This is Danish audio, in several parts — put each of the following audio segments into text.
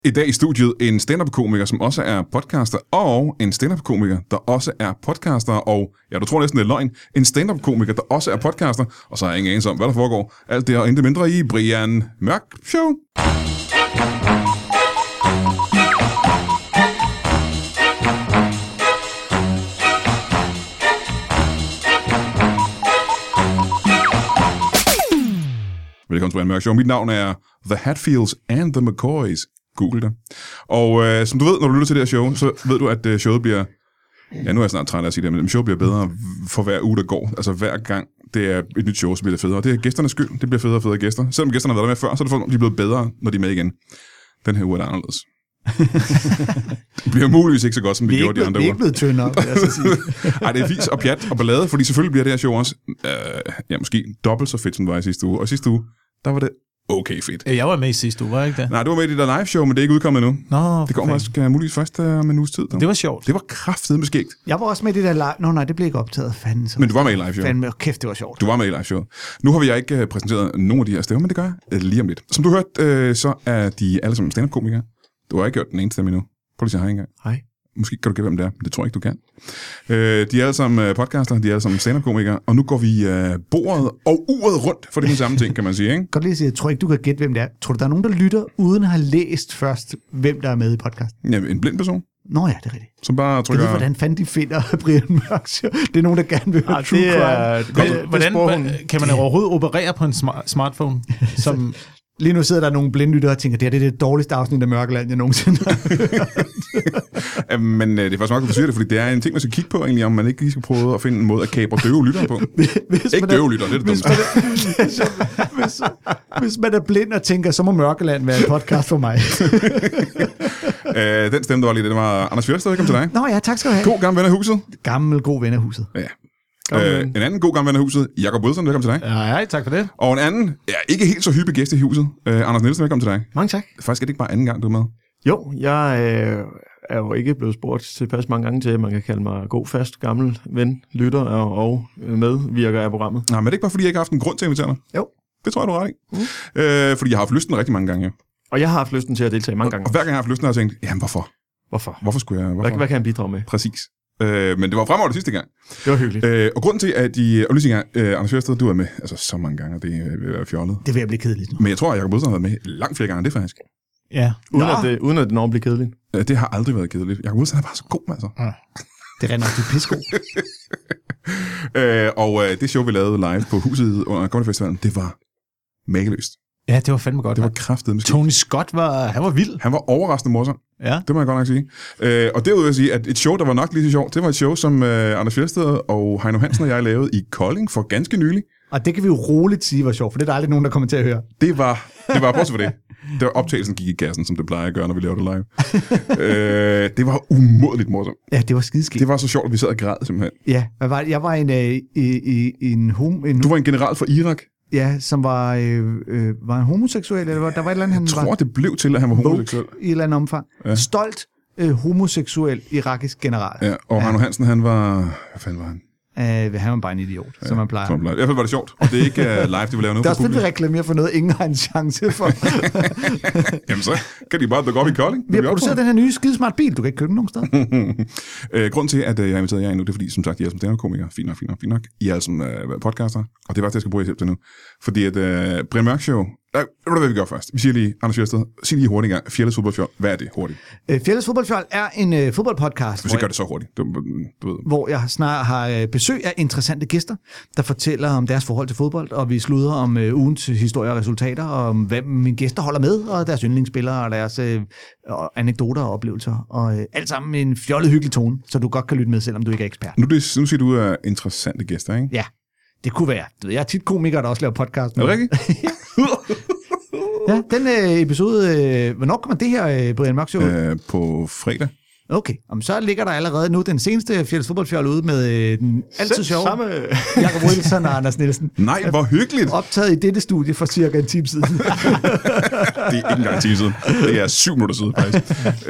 I dag i studiet en stand-up-komiker, som også er podcaster, og en stand-up-komiker, der også er podcaster, og ja, du tror næsten, det er løgn, en stand-up-komiker, der også er podcaster, og så har jeg ingen anelse om, hvad der foregår. Alt det og intet mindre i Brian Mørk Show. Velkommen til Brian Mørk Show. Mit navn er The Hatfields and the McCoys. Google det. Og som du ved, når du lytter til det her show, så ved du, at showet bliver... Ja, nu er jeg snart træt af at sige det, men showet bliver bedre for hver uge, der går. Altså hver gang det er et nyt show, så bliver det federe. Og det er gæsternes skyld. Det bliver federe og federe gæster. Selvom gæsterne har været der med før, så er det folk, de er blevet bedre, når de er med igen. Den her uge er det anderledes. Det bliver muligvis ikke så godt, som vi gjorde de andre uger. Vi er ikke blevet tyndere, vil jeg så sige. Ej, det er vis og pjat og ballade, fordi selvfølgelig bliver det her show også, måske dobbelt så fedt, som det var i sidste uge. Og sidste uge, der var det okay fedt. Jeg var med i sidste uge, var jeg ikke det? Nej, du var med i det der live show, men det er ikke udkommet endnu. Nå, det kommer også muligvis først om en uges tid. Det var sjovt. Det var kraftedeme skægt. Jeg var også med i det der live... Nej, det blev ikke optaget. Fanden, så. Men du var med i live show. Fanden, kæft, det var sjovt. Du var med i live show. Nu har vi ikke præsenteret nogen af de her stemmer, men det gør jeg lige om lidt. Som du hørte, så er de alle sammen stand-up-komikere. Du har ikke hørt den ene stemme endnu. Prøv lige at sige hej engang. Hej. Måske kan du gætte, hvem det er, men det tror jeg ikke, du kan. De er alle sammen podcaster, de er alle sammen stand-up-komikere, og nu går vi bordet og uret rundt for den samme ting, kan man sige, ikke? Godt lige sige, jeg tror ikke, du kan gætte, hvem det er. Tror du, der er nogen, der lytter, uden at have læst først, hvem der er med i podcasten? Ja, en blind person. Nå ja, det er rigtigt. Som bare trykker... Jeg ved, hvordan fanden de finder Brian Mørk Show. Det er nogen, der gerne vil høre true crime. Hvordan kan man overhovedet operere på en smartphone? Som... Lige nu sidder der nogle blindlyttere og tænker, det er det dårligste afsnit af Mørkeland, jeg nogensinde har hørt. Men det er faktisk meget godt, du siger det, fordi det er en ting, man skal kigge på egentlig, om man ikke lige skal prøve at finde en måde at kapre døve lyttere på. Ikke døve lyttere, det er det dumt. Hvis man er blind og tænker, så må Mørkeland være en podcast for mig. Den stemme, der var lige det, var Anders Fjeldsted. Velkommen til dig. Nå ja, tak skal du have. God gammel ven af huset. God ven af huset. Ja. En anden god gammel ven af huset, Jakob Wilson, velkommen til dig. Ja, tak for det. Og en anden, ikke helt så hyppig gæst i huset, Anders Nielsen, velkommen til dig. Mange tak. Faktisk er det ikke bare anden gang, du er med. Jo, jeg er jo ikke blevet spurgt tilpas mange gange til, at man kan kalde mig god, fast, gammel ven, lytter og medvirker af programmet. Nej, men det er ikke bare, fordi jeg ikke har haft en grund til at invitere dig. Jo. Det tror jeg, du er ret i. Fordi jeg har haft lysten rigtig mange gange. Ja. Og jeg har haft lysten til at deltage mange gange. Og hver gang jeg har haft lysten, har jeg tænkt, jamen hvorfor? Hvorfor skulle jeg? Hvorfor? Hvad kan jeg bidrage med? Præcis. Men det var fremover det sidste gang. Det var hyggeligt. Og grunden til, at Anders Fjeldsted, du er med altså så mange gange, og det vil være fjollet. Det vil jeg blive kedeligt nu. Men jeg tror, at Jakob Wilson har været med langt flere gange end det faktisk. Ja. Uden at det når bliver kedeligt. Det har aldrig været kedeligt. Jakob Wilson er bare så god, altså. Ja. Det er rent nok, du er pissegod. Og det show, vi lavede live på huset under Comedy Festivalen, det var mageløst. Ja, det var fandme godt. Det var kraftedeme. Tony Scott han var vild. Han var overraskende morsom. Ja. Det må jeg godt nok sige. Og derudover vil jeg sige, at et show, der var nok lige så sjovt, det var et show, som Anders Fjeldsted og Heino Hansen og jeg lavede i Kolding for ganske nylig. Og det kan vi jo roligt sige var sjovt, for det er der aldrig nogen, der kommer til at høre. Det var prøv for det. Det var optagelsen gik i kassen, som det plejer at gøre, når vi laver det live. Det var umådeligt morsomt. Ja, det var skideskægt. Det var så sjovt, at vi sad og græd simpelthen. Ja, jeg var Du var en general fra Irak. Ja, som var en homoseksuel, eller der var et eller andet, han var... Jeg tror, det blev til, at han var homoseksuel. I et eller andet omfang. Ja. Stolt homoseksuel irakisk general. Ja, og Heino Hansen, han var... Hvad fanden var han? Han var bare en idiot, som man plejer. I hvert fald var det sjovt, og det er ikke live, det vil lave nu. Det er også fedt, at reklamere for noget, ingen har en chance for. Jamen så kan de bare dukke op i Kolding. Vi har produceret den her nye skidesmart bil, du kan ikke købe den nogen steder. Grunden til, at jeg har inviteret jer nu, det er fordi, som sagt, I er som stand-up-komikere. Fint nok. I er som podcaster, og det er faktisk det, jeg skal bruge jeres hjælp til nu. Fordi at Brian Mørk Show... Ved du, hvad vi gør først? Vi siger lige, Anders Fjeldsted, sig lige hurtigt gang. Fjelles Fodboldfjold. Hvad er det hurtigt? Fjelles Fodboldfjold er en fodboldpodcast. Hvis jeg gør det så hurtigt. Du ved. Hvor jeg snart har besøg af interessante gæster, der fortæller om deres forhold til fodbold, og vi sludrer om ugens historier og resultater, og om hvad mine gæster holder med, og deres yndlingsspillere, og deres anekdoter og oplevelser. Og alt sammen med en fjollet hyggelig tone, så du godt kan lytte med, selvom du ikke er ekspert. Nu siger du er interessante gæster, ikke? Ja. Det kunne være. Jeg er tit komiker, der også laver podcast. Er det rigtigt? Ja, den episode... hvornår kommer det her, Brian Mørk Show? På fredag. Okay, så ligger der allerede nu den seneste Fjælles Fodboldfjold ude med den altid sjove Jakob Wilson og Anders Nielsen. Nej, hvor hyggeligt. Optaget i dette studie for cirka en time siden. Det er ikke engang en time siden. Det er 7 minutter siden, faktisk.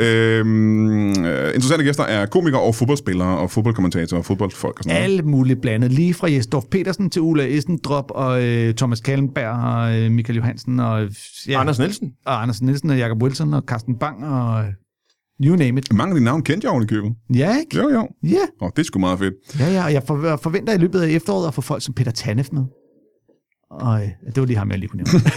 Interessante gæster er komikere og fodboldspillere og fodboldkommentatorer og fodboldfolk og sådan noget. Alle mulige blandet. Lige fra Jesdorf Petersen til Ulla Essendrop og Thomas Kallenberg og Michael Johansen og Anders Nielsen. Og Anders Nielsen og Jakob Wilson og Carsten Bang og you name it. Mange af de navne kendte jeg oven i købet. Ja, ikke? Jo. Ja. Det er sgu meget fedt. Ja, og jeg forventer i løbet af efteråret at få folk som Peter Tanef med. Og det var lige ham, jeg lige kunne nævne.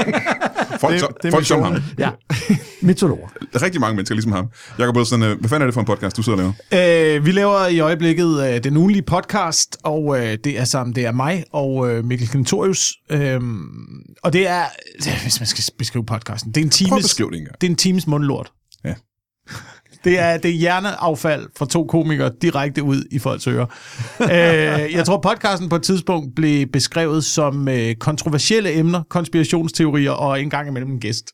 Folk som ham. Ja, mytologer. Rigtig mange mennesker ligesom ham. Jakob Wilson, hvad fanden er det for en podcast, du sidder og laver? Vi laver i øjeblikket den ugenlige podcast, og det er mig og Mikkel Klintorius. Og det er, hvis man skal beskrive podcasten, det er en times mundlort. Ja. Det er hjerneaffald fra 2 komikere direkte ud i folks ører. Jeg tror, podcasten på et tidspunkt blev beskrevet som kontroversielle emner, konspirationsteorier og en gang imellem en gæst.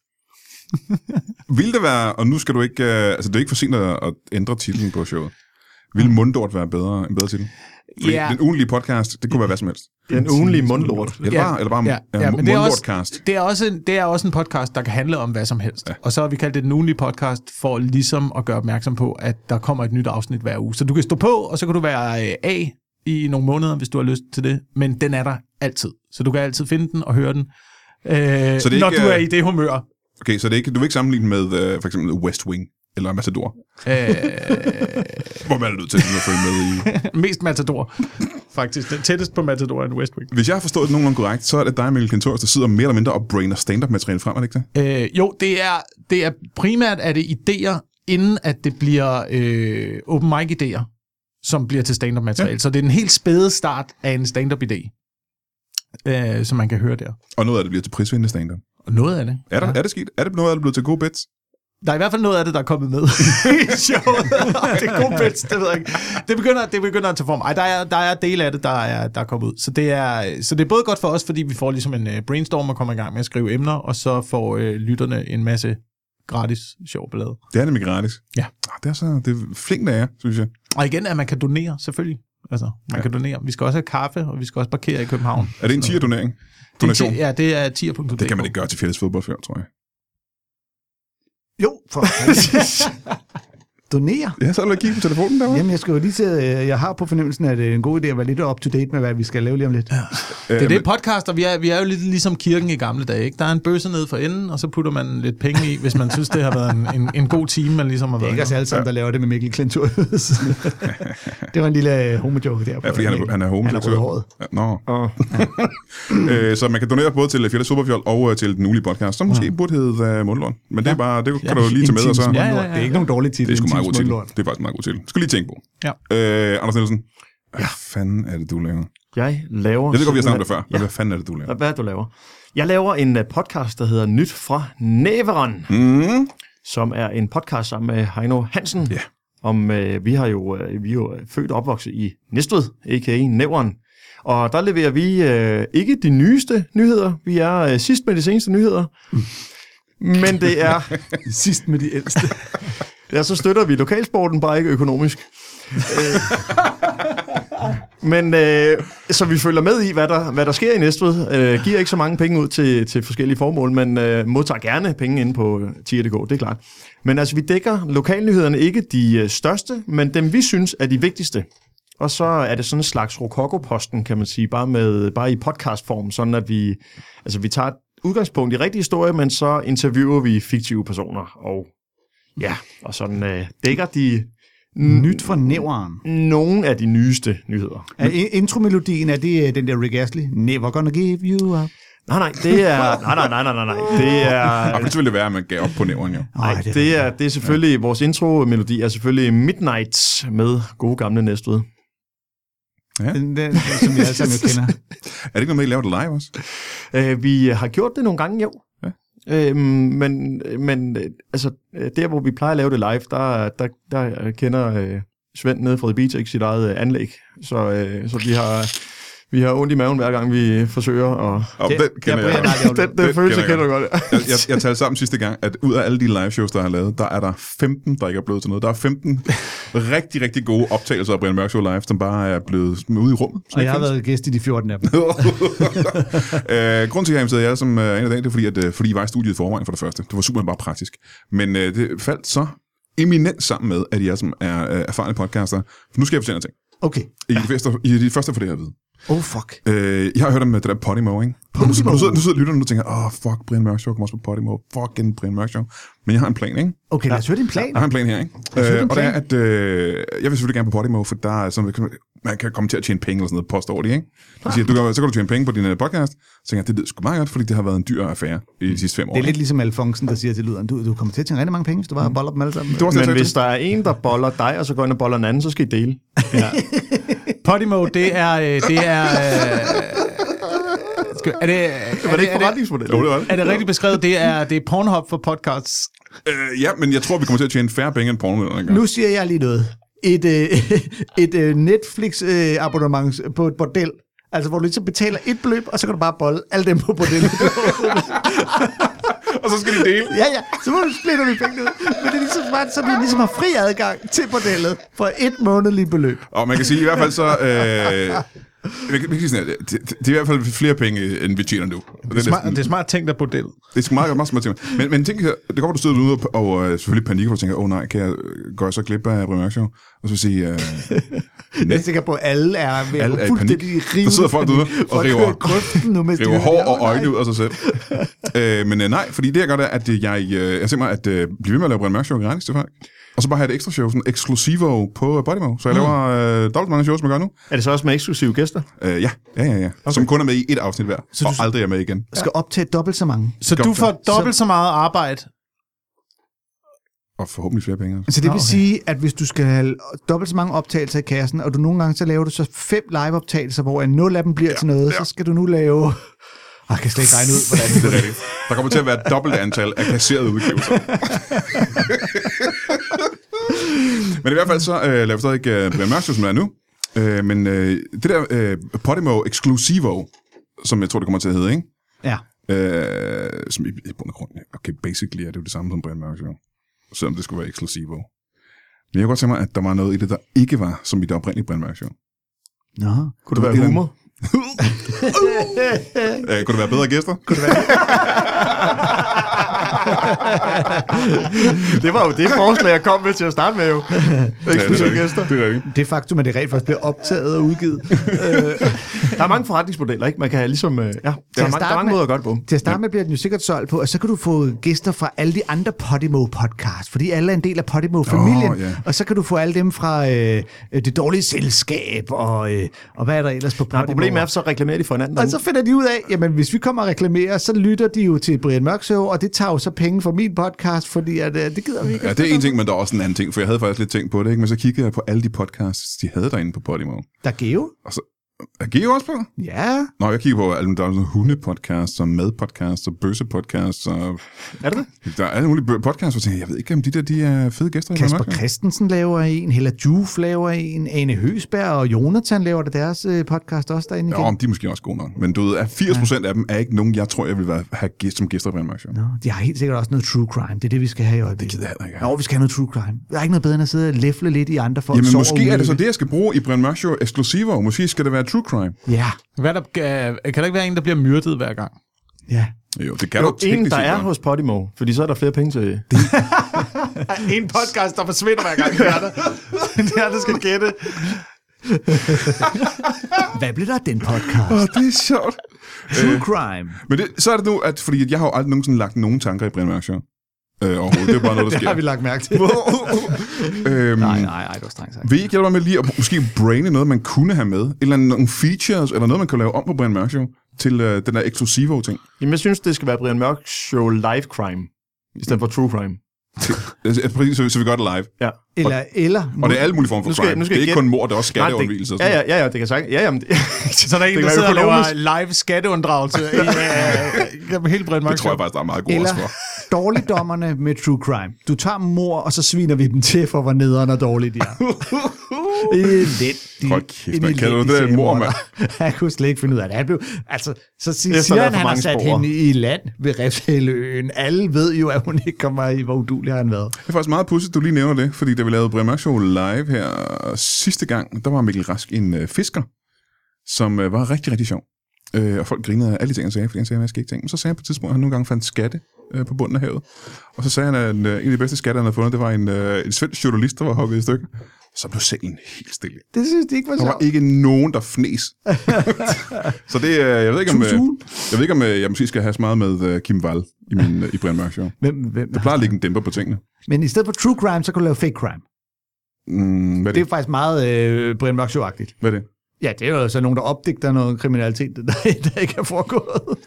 Vil det være, og nu skal du ikke, det er ikke for sent at ændre titlen på showet. Vil Mundlort være en bedre titel? Fordi den ugenlige podcast, det kunne være hvad som helst. Den ugenlige mundlort. Eller bare Mundlortcast. Det er også en podcast, der kan handle om hvad som helst. Ja. Og så har vi kaldt det den ugenlige podcast for ligesom at gøre opmærksom på, at der kommer et nyt afsnit hver uge. Så du kan stå på, og så kan du være A i nogle måneder, hvis du har lyst til det. Men den er der altid. Så du kan altid finde den og høre den, så det når ikke, du er i det humør. Okay, så det er ikke, du vil ikke sammenligne med for eksempel West Wing eller Matador? Hvor man er nødt til at følge med i? Mest Matador, faktisk. Den tættest på Matador end West Wing. Hvis jeg har forstået det nogenlunde korrekt, så er det dig, Mikkel Klintorius, der sidder mere eller mindre og brainer stand-up-materiale frem, er det ikke det? Jo, det er primært det idéer, inden at det bliver open mic-idéer, som bliver til stand-up-materiale. Ja. Så det er en helt spæde start af en stand-up-idé, som man kan høre der. Og noget af det bliver til prisvindende stand-up? Og noget af det. Er det skidt? Er det noget af det blevet til gode bits? Der er i hvert fald noget af det, der er kommet med i showet. Det er gode bits, det ved jeg ikke. Det begynder at tage form. Der er dele af det, der er kommet ud. Så det er både godt for os, fordi vi får ligesom en brainstorm og kommer i gang med at skrive emner, og så får lytterne en masse gratis sjov ballade. Det er nemlig gratis? Ja. Det er flinkt af jer, synes jeg. Og igen, at man kan donere, selvfølgelig. Altså, man kan donere. Vi skal også have kaffe, og vi skal også parkere i København. Er det en 10'er-donering? Donation? Ja, det er 10'er.dk. Det kan man ikke gøre til Fjælles Fodbold, tror jeg. Jo, for donere. Ja, så er du kigge på telefonen derovre. Jamen, jeg skal jo lige se, jeg har på fornemmelsen, at det er en god idé at være lidt up-to-date med, hvad vi skal lave lige om lidt. Ja. Det er podcast, og vi er jo lidt ligesom kirken i gamle dage. Ikke? Der er en bøsse nede for enden, og så putter man lidt penge i, hvis man synes, det har været en god time, man ligesom har været. Det er ikke os alle sammen, der laver det med Mikkel Klintorius. Det var en lille homo-joke der. Ja, fordi han er homoseksuel. Ja, så man kan donere både til Fjælles Fodboldfjold og til den ugenlige podcast, som måske burde hedde Mundlort. Men det er bare, det kan du lige tage med. Og så. Det er ikke nogen dårlig titel. Det er sgu meget god titel. Det er faktisk meget god titel. Skal lige tænke på. Ja. Anders Nielsen, hvad fanden er det, du laver? Jeg laver... Jeg ved godt, vi har snakket det før. Hvad fanden er det, du laver? Hvad du laver? Jeg laver en podcast, der hedder Nyt fra Næveren, som er en podcast sammen med Heino Hansen. Yeah. Vi er jo født og opvokset i Næstved, a.k.a. Næveren. Og der leverer vi ikke de nyeste nyheder. Vi er sidst med de seneste nyheder. Men det er... sidst med de ældste. Ja, så støtter vi lokalsporten, bare ikke økonomisk. Men så vi følger med i, hvad der sker i Næstved. Giver ikke så mange penge ud til forskellige formål, men modtager gerne penge inde på tier.dk, det er klart. Men altså, vi dækker lokalnyhederne ikke de største, men dem vi synes er de vigtigste. Og så er det sådan en slags Rokoko-posten, kan man sige, bare i podcastform, sådan at vi tager et udgangspunkt i rigtig historie, men så interviewer vi fiktive personer, og sådan dækker de Nyt fra Næveren. Nogle af de nyeste nyheder. Intromelodien, er det den der Rick Astley? Never gonna give you up. Nej, det er... Nej. Det er... Og det ville være, at man gav op på Næveren, jo. Nej, det er selvfølgelig... Vores intromelodi er selvfølgelig Midnight med gode gamle Næstved. Ja. Den, som vi alle sammen jo kender. Er det ikke noget med, at I laver det live også? Vi har gjort det nogle gange, jo. Ja. Men altså, der hvor vi plejer at lave det live, der kender Svend nede fra The Beach ikke sit eget anlæg. Så Vi har ondt i maven, hver gang vi forsøger at... Den kender jeg. Den følelse kender du godt. Jeg talte sammen sidste gang, at ud af alle de live shows, der har lavet, der er der 15, der ikke er blevet til noget. Der er 15 rigtig, rigtig gode optagelser af Brian Mørk Show Live, som bare er blevet ude i rummet. Og jeg har været gæst i de 14 af dem. Grunden til, at jeg inviterede jer som en af dagen, det er, fordi I var i studiet i forvejen for det første. Det var super bare praktisk. Men det faldt så eminent sammen med, at I er, som er erfarne podcaster. For nu skal jeg fortælle en ting. Okay. I er de første for det her at vide. Oh, fuck. Jeg har hørt om det der Podimo, ikke? Nu sidder lytterne og tænker, fuck, Brian Mørk Show kommer også på Podimo. Fucking Brian Mørk Show. Men jeg har en plan, ikke? Okay, lad os høre din plan. Jeg har en plan her, ikke? Og det er, at jeg vil selvfølgelig gerne på Podimo, for der er sådan, man kan komme til at tjene penge eller sådan noget, påstår de, ikke? Så siger, så kan du tjene penge på din podcast. Så tænker jeg, det lyder sgu meget godt, fordi det har været en dyr affære i de sidste 5 år. Det er lidt ligesom Alfonsen, der siger til lyderen, du kommer til at tjene rigtig mange penge, hvis du bare boller dem alle sammen. Men hvis der er en, der boller dig, og så går ind og boller en anden, så skal I dele. Ja. Podimo, det er var det ikke forretningsmodel? Jo, det var det. Er det rigtigt beskrevet? Det er Pornhub for podcasts. Ja, men jeg tror, vi kommer til at tjene færre penge end porno. Nu siger jeg lige noget. Et Netflix-abonnement på et bordel, altså hvor du ligesom betaler et beløb, og så kan du bare bolle alle dem på bordellet. Og så skal de dele. Ja, så splitter vi pengene ud. Men det er ligesom smart, så vi ligesom har fri adgang til bordellet for et månedligt beløb. Og man kan sige i hvert fald så... det er i hvert fald flere penge, end vi tjener nu. Det er smart tænkt af bordel. Det er meget smart tænkt. Men tænk, det går, du sidder ude og selvfølgelig panikker, og tænker, nej, går jeg så glip af Brian Mørk Show? Og så sige... Jeg er sikker på, at alle er ved at fuldstændig rive. Der sidder folk ude og river hår og øjne ud af sig selv. Men nej, fordi det jeg gør, er, at jeg tænker mig at blive ved med at lave Brian Mørk Show gratis til folk. Og så bare have et ekstra show, sådan eksklusivo på Podimo. Så jeg laver dobbelt mange shows, man gør nu. Er det så også med eksklusive gæster? Ja. Okay. Som kun er med i et afsnit hver, så og aldrig er med igen. Skal optage dobbelt så mange. Så du får dobbelt så meget arbejde? Og forhåbentlig flere penge. Så det vil sige, at hvis du skal have dobbelt så mange optagelser i kassen, og du nogle gange så laver du så 5 live-optagelser, hvor 0 af dem bliver til noget, så skal du nu lave... Jeg kan slet ikke regne ud, hvordan det er rigtigt. Der kommer til at være et dobbelt antal af kasserede udgivelser. Men i hvert fald så laver vi stadig Brian Mørk Show, som er nu. Men det der Podimo Exclusivo, som jeg tror, det kommer til at hedde, ikke? Ja. Som i bund og grund, okay, basically er det jo det samme som Brian Mørk Show. Selvom det skulle være Exclusivo. Men jeg kunne godt tænke mig, at der var noget i det, der ikke var, som i det oprindelige Brian Mørk Show. Nå. Kunne det være humor? Kunne det være bedre gæster? Det var jo det forslag, jeg kom med til at starte med jo. Eksklusive gæster. Det er rigtigt. Det faktum, at det rent faktisk bliver optaget og udgivet. Der er mange forretningsmodeller, ikke? Man kan ligesom... der er mange måder at gøre det på. Til at starte med bliver den jo sikkert solgt på, og så kan du få gæster fra alle de andre Podimo-podcasts, fordi alle er en del af Podimo-familien, og så kan du få alle dem fra Det Dårlige Selskab, og hvad er der ellers på Podimo? Problemet er, så reklamerer de for hinanden. Og så finder de ud af, jamen hvis vi kommer og reklamerer, så lytter de jo til Brian Mørk Show, og det tager jo så penge fra min podcast, fordi at, det gider vi ikke. Ja, det er en ting, men der er også en anden ting, for jeg havde faktisk lidt tænkt på det, ikke? Men så kiggede jeg på alle de podcasts, de havde derinde på Podimo. Der er Geo. Og så er Geo også på? Ja. Nå, jeg kigger på, der er sådan hundepodcasts, og madpodcasts, og bøssepodcasts, og... Er det det? Der er alle mulige podcasts, hvor jeg tænker, jeg ved ikke, om de er fede gæster. Kasper Christensen laver en, Hella Juf laver en, Ane Høgsberg og Jonathan laver det deres podcast også derinde igen. Ja, de er måske også gode nok. Men du ved, at 80% af dem er ikke nogen, jeg tror, jeg vil have som gæster på Brian Mørk Show. Nå, de har helt sikkert også noget true crime. Det er det, vi skal have i øjeblikket. Det gider jeg ikke. Nå, vi skal have noget true crime. Der er ikke noget bedre end at sidde og læfle lidt i andre folk. Jamen, måske er det så det, jeg skal bruge i Brian Mørk Show eksklusivo. Måske skal det være true crime. Ja. Kan der ikke være en, der bliver myrdet hver gang? Ja. Jo, det kan du en, der er hos Podimo, fordi så er der flere penge til... En podcast, der forsvinder hver gang. Det er der skal gætte. Hvad blev der af den podcast? Det er sjovt. True crime. Men så er det nu, at fordi jeg har jo aldrig nogensinde lagt nogen tanker i Brian Mørk Show. Overhovedet. Det er bare noget, der sker. Det har vi lagt mærke til. Nej, det var strengt sagt. Vil I ikke hjælpe med lige at måske braine noget, man kunne have med? Eller nogle features, eller noget, man kan lave om på Brian Mørk Show, til den der eksklusive ting? Jamen, jeg synes, det skal være Brian Mørk Show live crime, i stedet for true crime. Præcis, så vi gør det live. Ja. Eller og det er alle mulige former for crime. Det er ikke kun mord, det er også skatteundvigelse. Ja, det kan sagt. Ja, jamen, så der er en, der sidder og laver live skatteunddragelse i hele Brian Mørk Show. Det tror jeg faktisk, der er meget god også for. dårligdommerne med true crime. Du tager mor, og så sviner vi dem til for, hvor nederen og dårlige de er. Hold kæft, man kalder du det mor, mand? Han kunne slet ikke finde ud af det. Han blev, altså, så siger han har sat hende i land ved Refshaleøen. Alle ved jo, at hun ikke kommer i, hvor udulig har han været. Det er faktisk meget pudsigt, du lige nævner det, fordi da vi lavede Brian Mørk Show live her sidste gang, der var Mikkel Rask en fisker, som var rigtig, rigtig sjov. Og folk grinede af alle de ting, han sagde, fordi han sagde, at jeg skal ikke tænke. Men så sagde han på et tidspunkt, at han nogle gange fandt skatte på bunden af havet. Og så sagde han, at en af de bedste skatte, han havde fundet, det var en svensk journalist, der var hugget i stykker. Så blev salen helt stille. Det synes de ikke var sjovt. Der var ikke nogen, der fnes. Så det, jeg ved ikke, om jeg måske skal have så meget med Kim Wall i Brian Mørk Show. Hvem det plejer at ligge en dæmper på tingene. Men i stedet for true crime, så kan du lave fake crime. Hvad er det er faktisk meget Brian Mørk Show-agtigt. Hvad er det? Ja, det er jo så nogen, der opdigter noget kriminalitet, der ikke er foregået.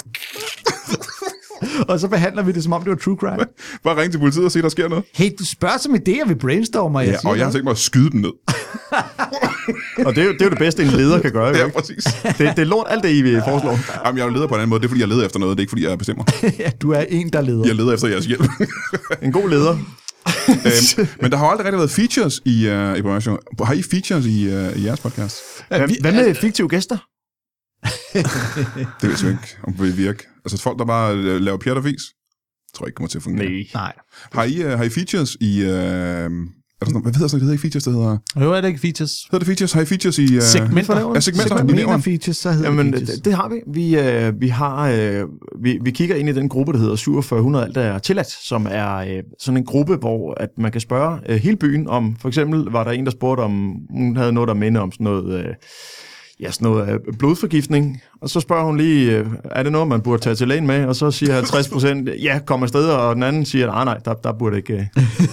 Og så behandler vi det, som om det var true crime. Bare ring til politiet og se, der sker noget. Hey, du spørger som idéer, vi brainstormer. Ja, og jeg har tænkt mig at skyde dem ned. Og det er jo det bedste, en leder kan gøre. Ja, præcis. Det er lort alt det, I foreslår. Jamen, jeg er jo leder på en anden måde. Det er, fordi jeg leder efter noget. Det er ikke, fordi jeg bestemmer. Ja, du er en, der leder. Jeg leder efter jeres hjælp. En god leder. Men der har aldrig rigtig været features i Brian Show. Har I features i jeres podcast? Hvad med fiktive gæster? Det ved jeg ikke, om det vil virke. Altså folk, der bare laver pjat og vis, tror jeg ikke kommer til at fungere. Nej. Har I features i... hvad hedder det? Det hedder ikke features, det hedder... Jo, er det ikke features? Hedder det features? Har I features i... Segmenter. Ja, segmenter. Hvis man mener features, så hedder Jamen, det features. det har vi. Vi kigger ind i den gruppe, der hedder 4700 alt er tilladt, som er sådan en gruppe, hvor at man kan spørge hele byen om... For eksempel var der en, der spurgte om... Hun havde noget, der minder om sådan noget... sådan noget blodforgiftning, og så spørger hun lige, er det noget, man burde tage til lægen med? Og så siger 50%, ja, kom afsted, og den anden siger, nej, der burde ikke...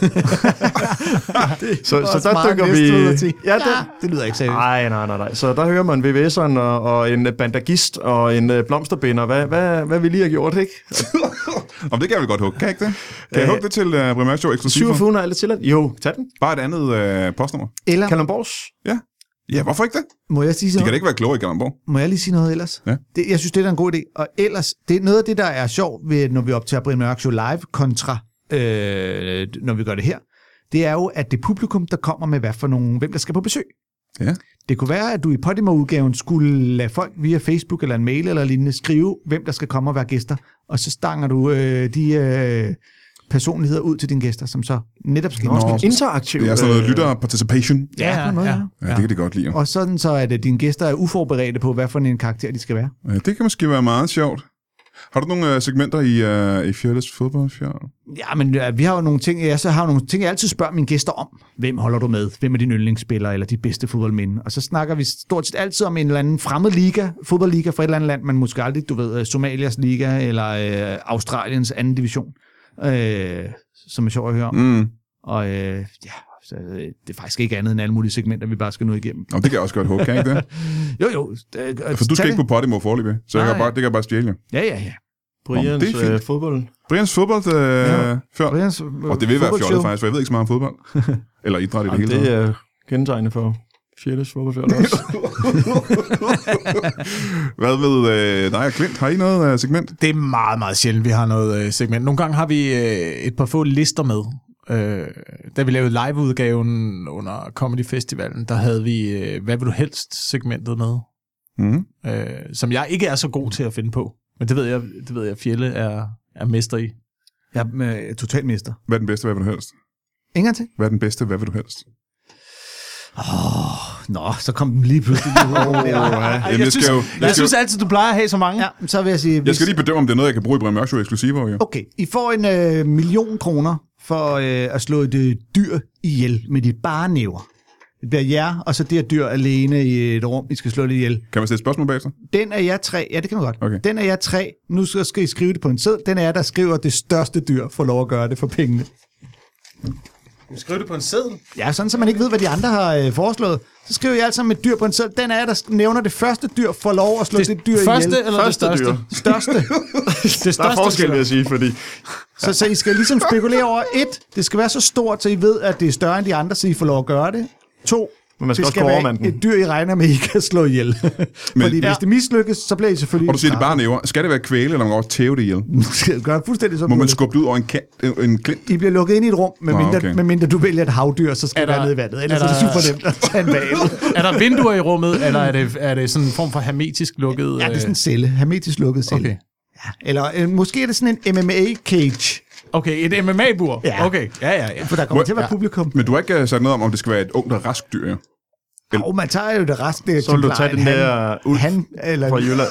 så der dykker vi... Ja, det lyder ikke seriøst. Nej. Så der hører man VVS'eren og en bandagist og en blomsterbinder. Hvad vi lige har gjort, ikke? Om det kan jeg vel godt hugge, kan jeg ikke det? Kan jeg hugge det til Brian Mørk Show eksklusivt? 700 er lidt tilladt? Jo, tag den. Bare et andet postnummer. Eller... Kalundborgs? Ja. Ja, hvorfor ikke det? Må jeg sige De kan da ikke være kloge i Kalundborg. Må jeg lige sige noget ellers? Ja. Jeg synes, det er en god idé. Og ellers, det er noget af det, der er sjovt, ved, når vi optager Brian Mørk Show live, kontra når vi gør det her. Det er jo, at det publikum, der kommer med hvem der skal på besøg. Ja. Det kunne være, at du i Podimo-udgaven skulle lade folk via Facebook eller en mail eller lignende skrive, hvem der skal komme og være gæster. Og så stanger du de personligheder ud til dine gæster, som så netop skal interaktiv. Det er sådan noget lytter-participation. Ja, det kan de godt lide. Og sådan så, at dine gæster er uforberedte på, hvad for en karakter de skal være. Ja, det kan måske være meget sjovt. Har du nogle segmenter i Fearless Fodboldfjord? Ja, men vi har jo nogle ting, jeg altid spørger mine gæster om. Hvem holder du med? Hvem er din yndlingsspiller eller dit bedste fodboldminde? Og så snakker vi stort set altid om en eller anden fremmed liga, fodboldliga fra et eller andet land, men måske aldrig, Somalias liga eller Australiens anden division, som er sjovt at høre om. Mm. Og så det er faktisk ikke andet end alle mulige segmenter, vi bare skal nå igennem. Og det kan jeg også godt håbe, kan ikke det? Jo. For du skal ikke på Podimo foreløbig, så det kan jeg bare stjæle. Ja. Brians fodbold. Brians fodbold før. Brians, og det vil være fjollet faktisk, for jeg ved ikke så meget om fodbold. Eller idræt i det hele taget. Det er kendetegnende for Fearless Fodboldfjord også. Hvad med dig og Klint? Har I noget segment? Det er meget, meget sjældent, vi har noget segment. Nogle gange har vi et par få lister med. Da vi lavede liveudgaven under Comedy Festivalen, der havde vi hvad vil du helst segmentet med, som jeg ikke er så god til at finde på, men det ved jeg Fjelle er mester i. Jeg er totalt mester. Hvad er den bedste, hvad vil du helst? Ingen til. Hvad er den bedste, hvad vil du helst? Så kom den lige pludselig. Jeg synes altid, du plejer at have så mange. Ja, så vil jeg sige... Jeg skal lige bedømme, om det er noget, jeg kan bruge i Brian Mørk Show eksklusiver. Okay, I får 1 million kroner for at slå et dyr ihjel med dit bare næver. Det bliver jer, og så det her dyr alene i et rum, I skal slå det ihjel. Kan man stille spørgsmål bagefter? Den er jer 3. Ja, det kan man godt. Okay. Den er jer 3. Nu skal I skrive det på en seddel. Den er jer, der skriver det største dyr, får lov at gøre det for pengene. Skriv det på en seddel? Ja, sådan så man ikke ved, hvad de andre har foreslået. Så skriver jeg altså med et dyr på en seddel. Den er jer, der nævner det første dyr, får lov at slå det dyr ihjel. Første eller det største? Største. Det største. Der er forskel, vil jeg sige, fordi... Så I skal ligesom spekulere over 1. Det skal være så stort, så I ved, at det er større end de andre, så I får lov at gøre det. 2. Men man skal det også skal gå være overmanden. et dyr, I regner med, I kan slå ihjel. Fordi hvis det mislykkes, så bliver I selvfølgelig... Og du siger, det bare næver. Skal det være kvæle, eller man kan også tæve det ihjel? Gør fuldstændig så. Må man skubbe det ud over en klint? I bliver lukket ind i et rum, okay. medmindre du vælger et havdyr, så skal det være nede i vandet. Ellers er det super nemt at tage en hval. Er der vinduer i rummet, eller er det sådan en form for hermetisk lukket? Ja, det er sådan en celle. Hermetisk lukket celle. Okay. Ja. Eller måske er det sådan en MMA-cage. Okay, et MMA-bur. Ja. Okay, ja. For der kommer til at være publikum. Men du har ikke sagt noget om det skal være et ungt og rask dyr, ja? Og man tager jo det raske. Så vil du tage den der ulv eller fra Jylland.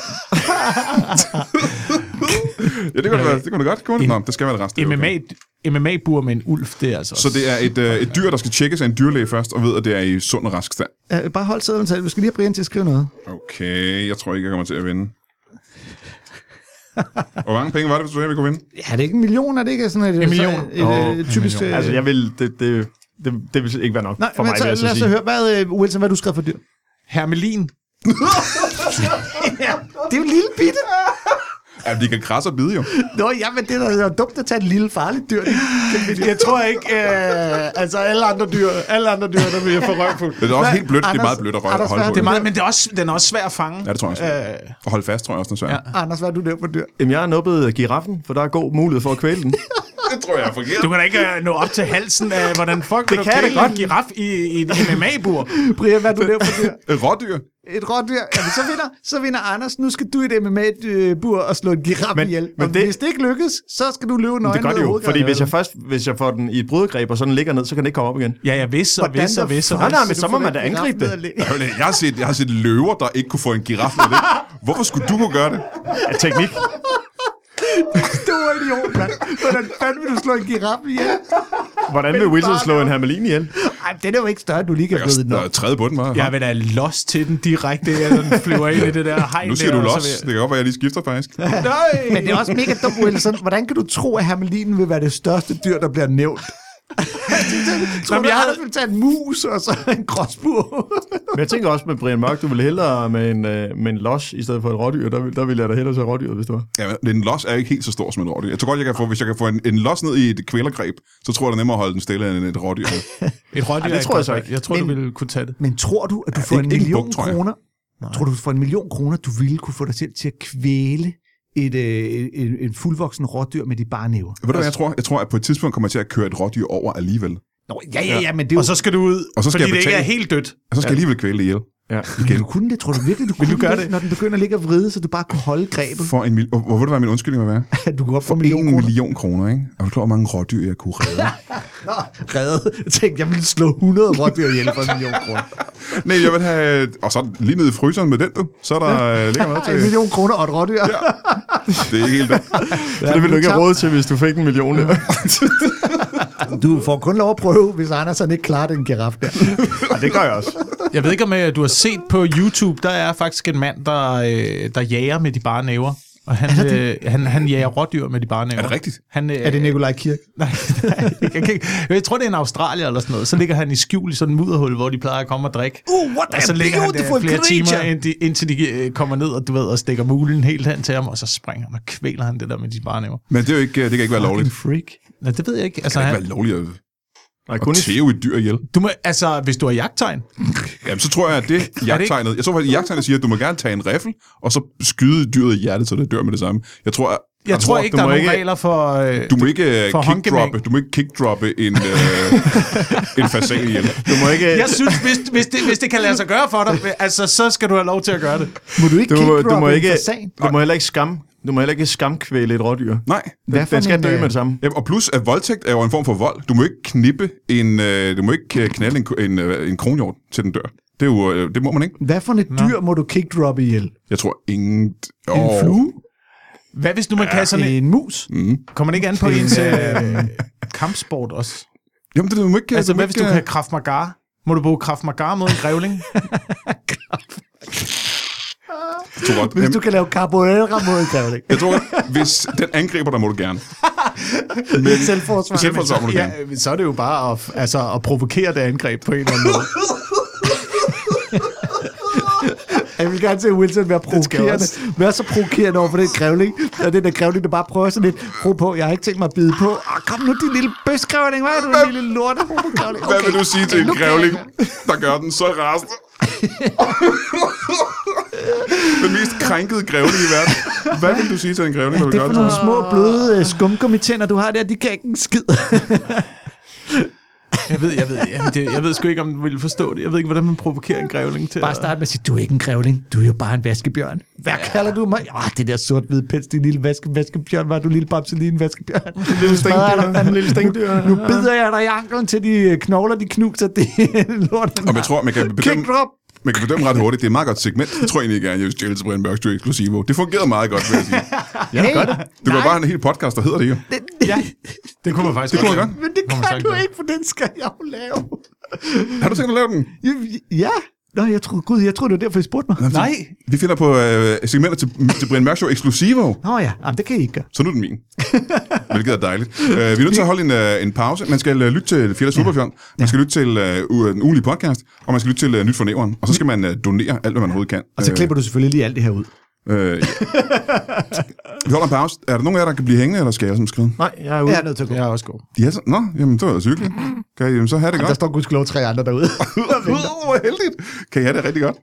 Ja, det kunne det godt. Nå, det skal være et rask dyr. Okay. MMA-bur med en ulv, det er altså... Så det er et dyr, der skal tjekkes af en dyrlæge først, og ved, at det er i sund og rask stand. Ja, bare hold sædlen til. Vi skal lige have Brian til at skrive noget. Okay, jeg tror ikke, jeg kommer til at vinde. Hvor mange penge var det, hvis du sagde, vi kunne vinde? Ja, det er ikke 1 million, er det ikke sådan et... 1 million? Et typisk... Altså, jeg vil... Det vil ikke være nok for mig, vil jeg så lad os sige. høre, Wilson, hvad du skrev for dyr? Hermelin. Ja, det er jo en lille bitte. Ja, de kan krasse og bide jo. Nå, ja, men det er da dumt at tage et lille farligt dyr. Jeg tror ikke... altså, alle andre dyr, der vil jeg få røv på. Det er også helt blødt. Det er meget blødt at holde på. Det er meget, men den er også svær at fange. Ja, det tror jeg også. Og holde fast, tror jeg også, den er svært. Ja. Anders, hvad er du der for dyr? Jamen, jeg har nubbet giraffen, for der er god mulighed for at kvæle den. Det tror jeg er forkert. Du kan da ikke nå op til halsen af, hvordan fuck vil du kæle en giraf i et MMA-bur. Brian, hvad er du der for dyr? Et rådyr? Et rådyr. Jamen, så vinder Anders. Nu skal du i et MMA-bur og slå en giraf ihjel. Men hvis det ikke lykkes, så skal du løbe nøgen. Det gør det jo, fordi hvis jeg får den i et brudgreb, og så den ligger ned, så kan den ikke komme op igen. Ja, hvis. Nej, men så må man da angribe det. Jeg har set løver, der ikke kunne få en giraf med det. Hvorfor skulle du kunne gøre det? Teknik. Stor idiot, mand. Hvordan fanden vil du slå en giraf ihjel? Hvordan vil Wilson slå en hermelin ihjel? Ej, den er jo ikke større, du lige kan bløde den op. Der er træde på den bare. Jeg vil da los til den direkte, eller den flyver ind i det der hegn. Nu siger du los. Det kan godt være, jeg lige skifter faktisk. Nej! Men det er også mega dumt, Wilson. Hvordan kan du tro, at hermelinen vil være det største dyr, der bliver nævnt? Tror du, jeg ville tage en mus og så en gråsbur? Men jeg tænker også med Brian Mørk, du vil hellere med en los i stedet for et rådyr. Der vil jeg da hellere tage rådyr, hvis du var. Ja, en los er ikke helt så stor som en rådyr. Jeg tror godt, hvis jeg kan få en los ned i et kvælergreb, så tror jeg, det er nemmere at holde den stille end et rådyr. Et rådyr, det tror jeg så ikke. Jeg tror, du ville kunne tage det. Men tror du, at du får en million kroner? Tror du, for 1 million kroner, du ville kunne få dig selv til at kvæle en fuldvoksen rådyr med de bare næver? Ved du hvad jeg tror? Jeg tror, at på et tidspunkt kommer jeg til at køre et rådyr over alligevel. Nå, ja, men det er jo... Og så skal du ud, og så skal fordi jeg det ikke er helt dødt. Og så skal jeg alligevel kvæle det ihjel. Ja. Vil du kunne det? Tror du virkelig, du kunne gøre det, når den begynder at ligge og vride, så du bare kunne holde grebet? For hvor vil det være min undskyldning at være? Du kunne godt få 1 million kroner, ikke? Og du tror, hvor mange rådyr jeg kunne redde? Redde? Jeg tænkte, jeg ville slå 100 rådyr ihjel for 1 million kroner. Nej, jeg vil have... Og så lige nede i fryseren med den, du. Så er der ligger meget til... 1 million kroner og et rådyr. Ja. Det er ikke helt det. Så det vil du ikke have råd til, hvis du fik 1 million. Du får kun lov at prøve, hvis Andersen ikke klarer den giraf der. Ja, det gør jeg også. Jeg ved ikke, om du har set på YouTube, der er faktisk en mand, der jager med de bare næver. Og han jager rådyr med de bare næver. Er det rigtigt? Er det Nikolaj Kirk? Nej, jeg tror, det er en Australier eller sådan noget. Så ligger han i skjul i sådan en mudderhul, hvor de plejer at komme og drikke. Og så ligger han der flere timer, indtil de kommer ned og, du ved, og stikker mulen helt hen til ham, og så springer han og kvæler han det der med de bare næver. Men det, er jo ikke, det kan ikke være lovligt. Freak. Nej, det ved jeg ikke. Altså, det kan ikke være lovligt at tæve et dyr ihjel. Du må, altså, hvis du har jagttegn. Jamen, så tror jeg, at det jagttegnet... Jeg tror faktisk, at jagttegnet siger, at du må gerne tage en riffel, og så skyde dyret i hjertet, så det dør med det samme. Jeg tror ikke, der er nogen regler for du må ikke kickdroppe en fasan ihjel. Du må ikke... Jeg synes, hvis det kan lade sig gøre for dig, altså, så skal du have lov til at gøre det. Må du ikke kickdroppe en fasan? Du må heller ikke skamkvæle et rådyr. Nej. Den skal dø med det samme. Jamen, og plus, at voldtægt er jo en form for vold. Du må ikke knippe du må ikke knalde en kronhjort til den dør. Det, er jo, det må man ikke. Hvad for et dyr må du kickdroppe ihjel? Jeg tror ingen... En flue? Hvad hvis nu man kan sådan en mus? Kommer det ikke an på ens kampsport også? Jamen, det må ikke... Altså, hvad hvis du kan Krav Maga? Må du bruge Krav Maga mod en grævling? Hvis du kan lave capoeira mod en grævling. Jeg tror, hvis den angriber dig, må du gerne. Men selvforsvar må du gerne. Ja, så er det jo bare at provokere det angreb på en eller anden måde. Jeg vil gerne se Wilson være provokerende. Være så provokerende over for den grævling. Og den der grævling, der bare prøver sådan lidt, ro på, jeg har ikke tænkt mig at bide på. kom nu, din lille bøsgrævling. Hvad er du, en lille lorte? Okay. Hvad vil du sige til en grævling, der gør den så rasende? Den mest krænkede grævling i verden. Hvad vil du sige til en grævling, der Det gør er den? for nogle små, bløde skumgummitænder, du har der. De kan ikke en skid. Jeg ved sgu ikke, om du ville forstå det. Jeg ved ikke, hvordan man provokerer en grævling til Bare start med at sige, du er ikke en grævling. Du er jo bare en vaskebjørn. Hvad kalder du mig? Det der sort-hvide pels, din lille vaskebjørn. Var du lille babseline vaskebjørn? Lille stængdyr. Nu bider jeg dig i anklen til de knogler, de knuser. Det lort. Og jeg tror, man kan bedømme... Kick drop. Man kan bedømme ret hurtigt. Det er et meget godt segment. Det tror jeg egentlig gerne, jeg vil stjæle til Brian Mørk Show Exclusivo. Det fungerede meget godt, vil jeg sige. Ja, gør det. Det var bare en hel podcast, der hedder det jo. Ja, det kunne man faktisk Det kunne man godt. Men det kan du ikke, for den skal jeg jo lave. Har du tænkt at lave den? Ja. Nå, jeg troede det var derfor, I spurgte mig. Nej. Vi finder på segmenter til Brian Mørk Show Exclusivo. Nå ja, jamen, det kan I ikke gøre. Så nu er den min. Hvilket er dejligt. Vi er nødt til at holde en pause. Man skal lytte til Fjellas Fodboldfjørn. Man skal lytte til den ugenlige podcast. Og man skal lytte til Nyt fra Nævren. Og så skal man donere alt, hvad man overhovedet kan. Og så klipper du selvfølgelig lige alt det her ud. Ja. Vi holder en pause. Er der nogen af jer, der kan blive hængende, eller skal jeg som skrive? Nej, jeg er ude. Jeg er nødt til at gå. Jeg er også god. Ja, så, nå, jamen, det var da hyggeligt. Kan I jamen, så have det Der godt? står gudskelov 3 andre derude. Hvor heldigt. Kan I have det rigtig godt?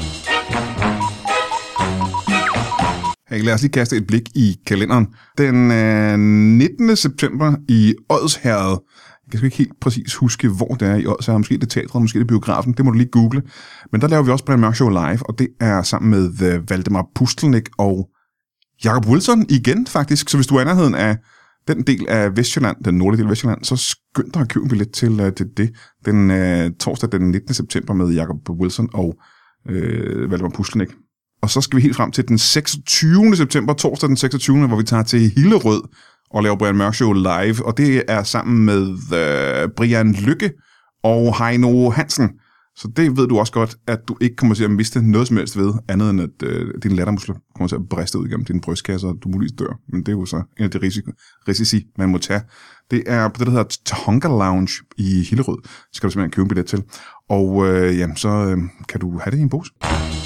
Hey, lad os lige kaste et blik i kalenderen. Den 19. september i Odsherred. Jeg kan sgu ikke helt præcis huske, hvor det er i Odsherred. Måske det teatret, måske det biografen. Det må du lige google. Men der laver vi også Brian Mørk Show live, og det er sammen med Valdemar Pustelnik og Jacob Wilson igen, faktisk. Så hvis du er i nærheden af den del af Vestjylland, den nordlige del af Vestjylland, så skynd dig at købe en billet til det. Den torsdag den 19. september med Jacob Wilson og Valdemar Pustelnik. Og så skal vi helt frem til den 26. september, torsdag den 26., hvor vi tager til Hillerød og laver Brian Mørk Show live. Og det er sammen med Brian Lykke og Heino Hansen. Så det ved du også godt, at du ikke kommer til at miste noget som helst ved, andet end at dine lattermuskler kommer til at briste ud igennem dine brystkasse, og du muligvis dør. Men det er jo så en af de risici, man må tage. Det er på det, der hedder Tonga Lounge i Hillerød. Så skal du simpelthen købe en billet til. Og jamen, så kan du have det i en pose.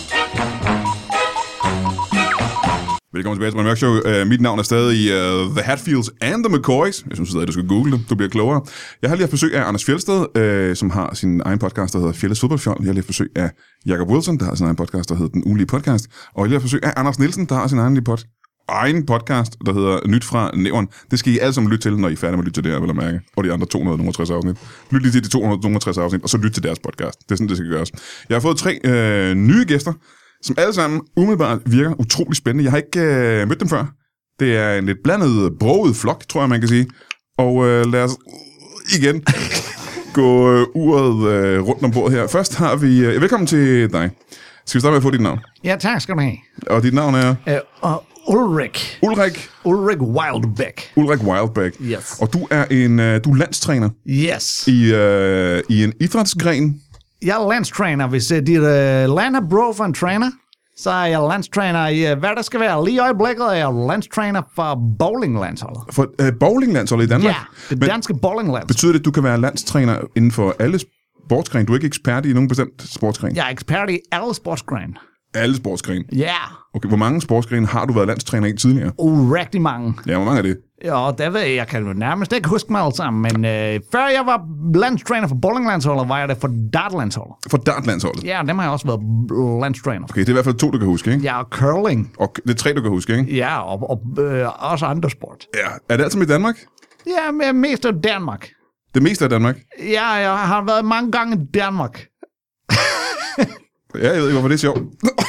Velkommen tilbage til Brian Mørk Show. Mit navn er stadig The Hatfields and the McCoys. Jeg synes, at du skal google det. Du bliver klogere. Jeg har lige haft besøg af Anders Fjeldsted, som har sin egen podcast, der hedder Fjellas Fodboldfjørn. Jeg har lige haft besøg af Jacob Wilson, der har sin egen podcast, der hedder Den Ugenlige Podcast. Og jeg har lige haft besøg af Anders Nielsen, der har sin egen podcast, der hedder Nyt fra Nævren. Det skal I alle sammen lytte til, når I er færdige med at lytte til det her, vil jeg mærke. Og de andre 260 afsnit. Lyt lige til de 260 afsnit, og så lyt til deres podcast. Det er sådan, det skal gøres. Jeg har fået 3 nye gæster, som alle sammen umiddelbart virker utrolig spændende. Jeg har ikke mødt dem før. Det er en lidt blandet, broget flok, tror jeg, man kan sige. Og lad os igen gå uret rundt om bordet her. Først har vi... velkommen til dig. Skal vi starte med at få dit navn? Ja, tak skal du have. Og dit navn er? Ulrik. Ulrik Wildbæk. Ulrik Wildbæk. Yes. Og du er du er landstræner Yes. i en idrætsgren. Jeg er landstræner. Hvis dit land har brug for en træner, så er jeg landstræner i, hvad der skal være. Lige i øjeblikket er jeg landstræner for bowlinglandsholdet. For bowlinglandsholdet i Danmark? Ja, det danske bowlinglandshold. Betyder det, at du kan være landstræner inden for alle sportsgrene? Du er ikke ekspert i nogen bestemt sportsgren? Jeg er ekspert i alle sportsgrene. Alle sportsgrene? Ja. Yeah. Okay, hvor mange sportsgrene har du været landstræner i tidligere? Rigtig mange. Ja, hvor mange er det? Ja, det ved jeg kan jo nærmest ikke huske mig alle sammen, men før jeg var landstræner for bowlinglandsholdet, var jeg det for dartlandsholdet. For dartlandsholdet? Ja, dem har jeg også været landstræner for. Okay, det er i hvert fald 2, du kan huske, ikke? Ja, og curling. Og det er 3, du kan huske, ikke? Ja, og også andre sport. Ja, er det altid i Danmark? Ja, men mest af Danmark. Det meste af Danmark? Ja, jeg har været mange gange i Danmark. Ja, jeg ved ikke, hvorfor det er sjovt.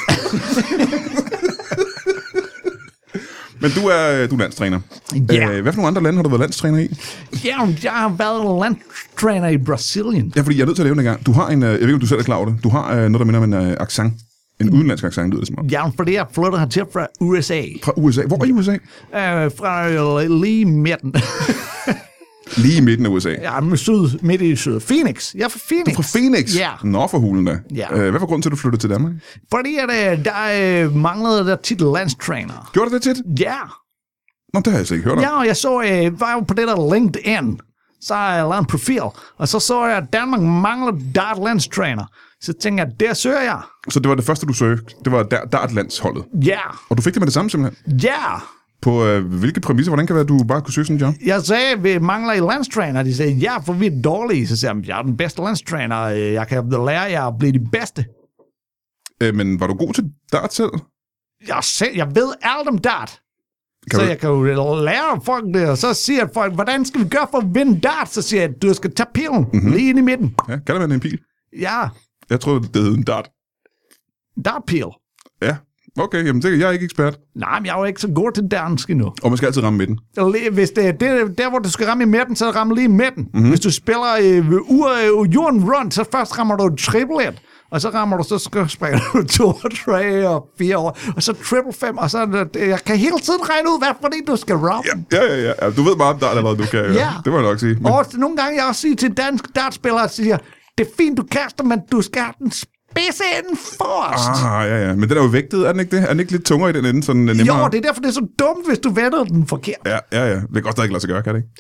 Men du er landstræner. Ja. Hvad for nogle andre lande har du været landstræner i? Ja, jeg har været landstræner i Brasilien. Ja, fordi jeg er nødt til at nævne en gang. Du har en, jeg ved ikke, om du selv er klar over det. Du har noget, der minder om en accent. En udenlandsk accent, lyder det som om. Ja, fordi jeg flyttede hertil fra USA. Fra USA? Hvor i USA? Fra lige midten. Lige i midten af USA? Ja, midt i syd. Phoenix. Jeg er fra Phoenix. Du er fra Phoenix? Ja. Nå, for hulen da. Ja. Hvad var grunden til, at du flyttede til Danmark? Fordi at, der manglede der titel landstræner. Gjorde du det tit? Ja. Nå, det har jeg slet ikke hørt om. Ja, og jeg så, var jo på det der LinkedIn. Så har jeg lavet en profil. Og så jeg, at Danmark mangler dart-landstræner. Så tænkte jeg, der søger jeg. Så det var det første, du søgte? Det var dartlandsholdet? Ja. Og du fik det med det samme simpelthen? Ja. På hvilke præmisser? Hvordan kan det være, at du bare kunne søge sådan en job? Jeg sagde, at vi mangler en landstræner. De sagde, ja, for vi er dårlige. Så sagde jeg, jeg er den bedste landstræner. Jeg kan lære jer at blive de bedste. Men var du god til dart selv? Jeg ved alt om dart. Så jeg kan jo lære folk det, og så siger folk, hvordan skal vi gøre for at vinde dart? Så siger jeg, du skal tage pilen lige ind i midten. Ja, kalder man en pil? Ja. Jeg troede, det hed en dart. Dartpil. Ja, okay, jamen jeg er ikke ekspert. Nej, men jeg er jo ikke så god til dansk endnu. Og man skal altid ramme midten. Hvis det er der, hvor du skal ramme i midten, så rammer lige i midten. Mm-hmm. Hvis du spiller jorden rundt, så først rammer du triplet. Og så rammer du, så springer du 2, 3 og 4 år. Og så triple 5, og så jeg kan hele tiden regne ud, hvad fordi du skal ramme. Ja. Du ved meget om dart allerede, du kan. Ja. Det må jeg nok sige. Men... Og nogle gange jeg også siger til dansk dartspillere, siger, det er fint, du kaster, men du skal have den spidse enden forrest. Ja. Men den er jo vægtet, er den ikke det? Er den ikke lidt tungere i den ende, sådan nemmere? Jo, det er derfor, det er så dumt, hvis du vender den forkert. Ja. Det kan godt stadig lade sig gøre, kan det ikke?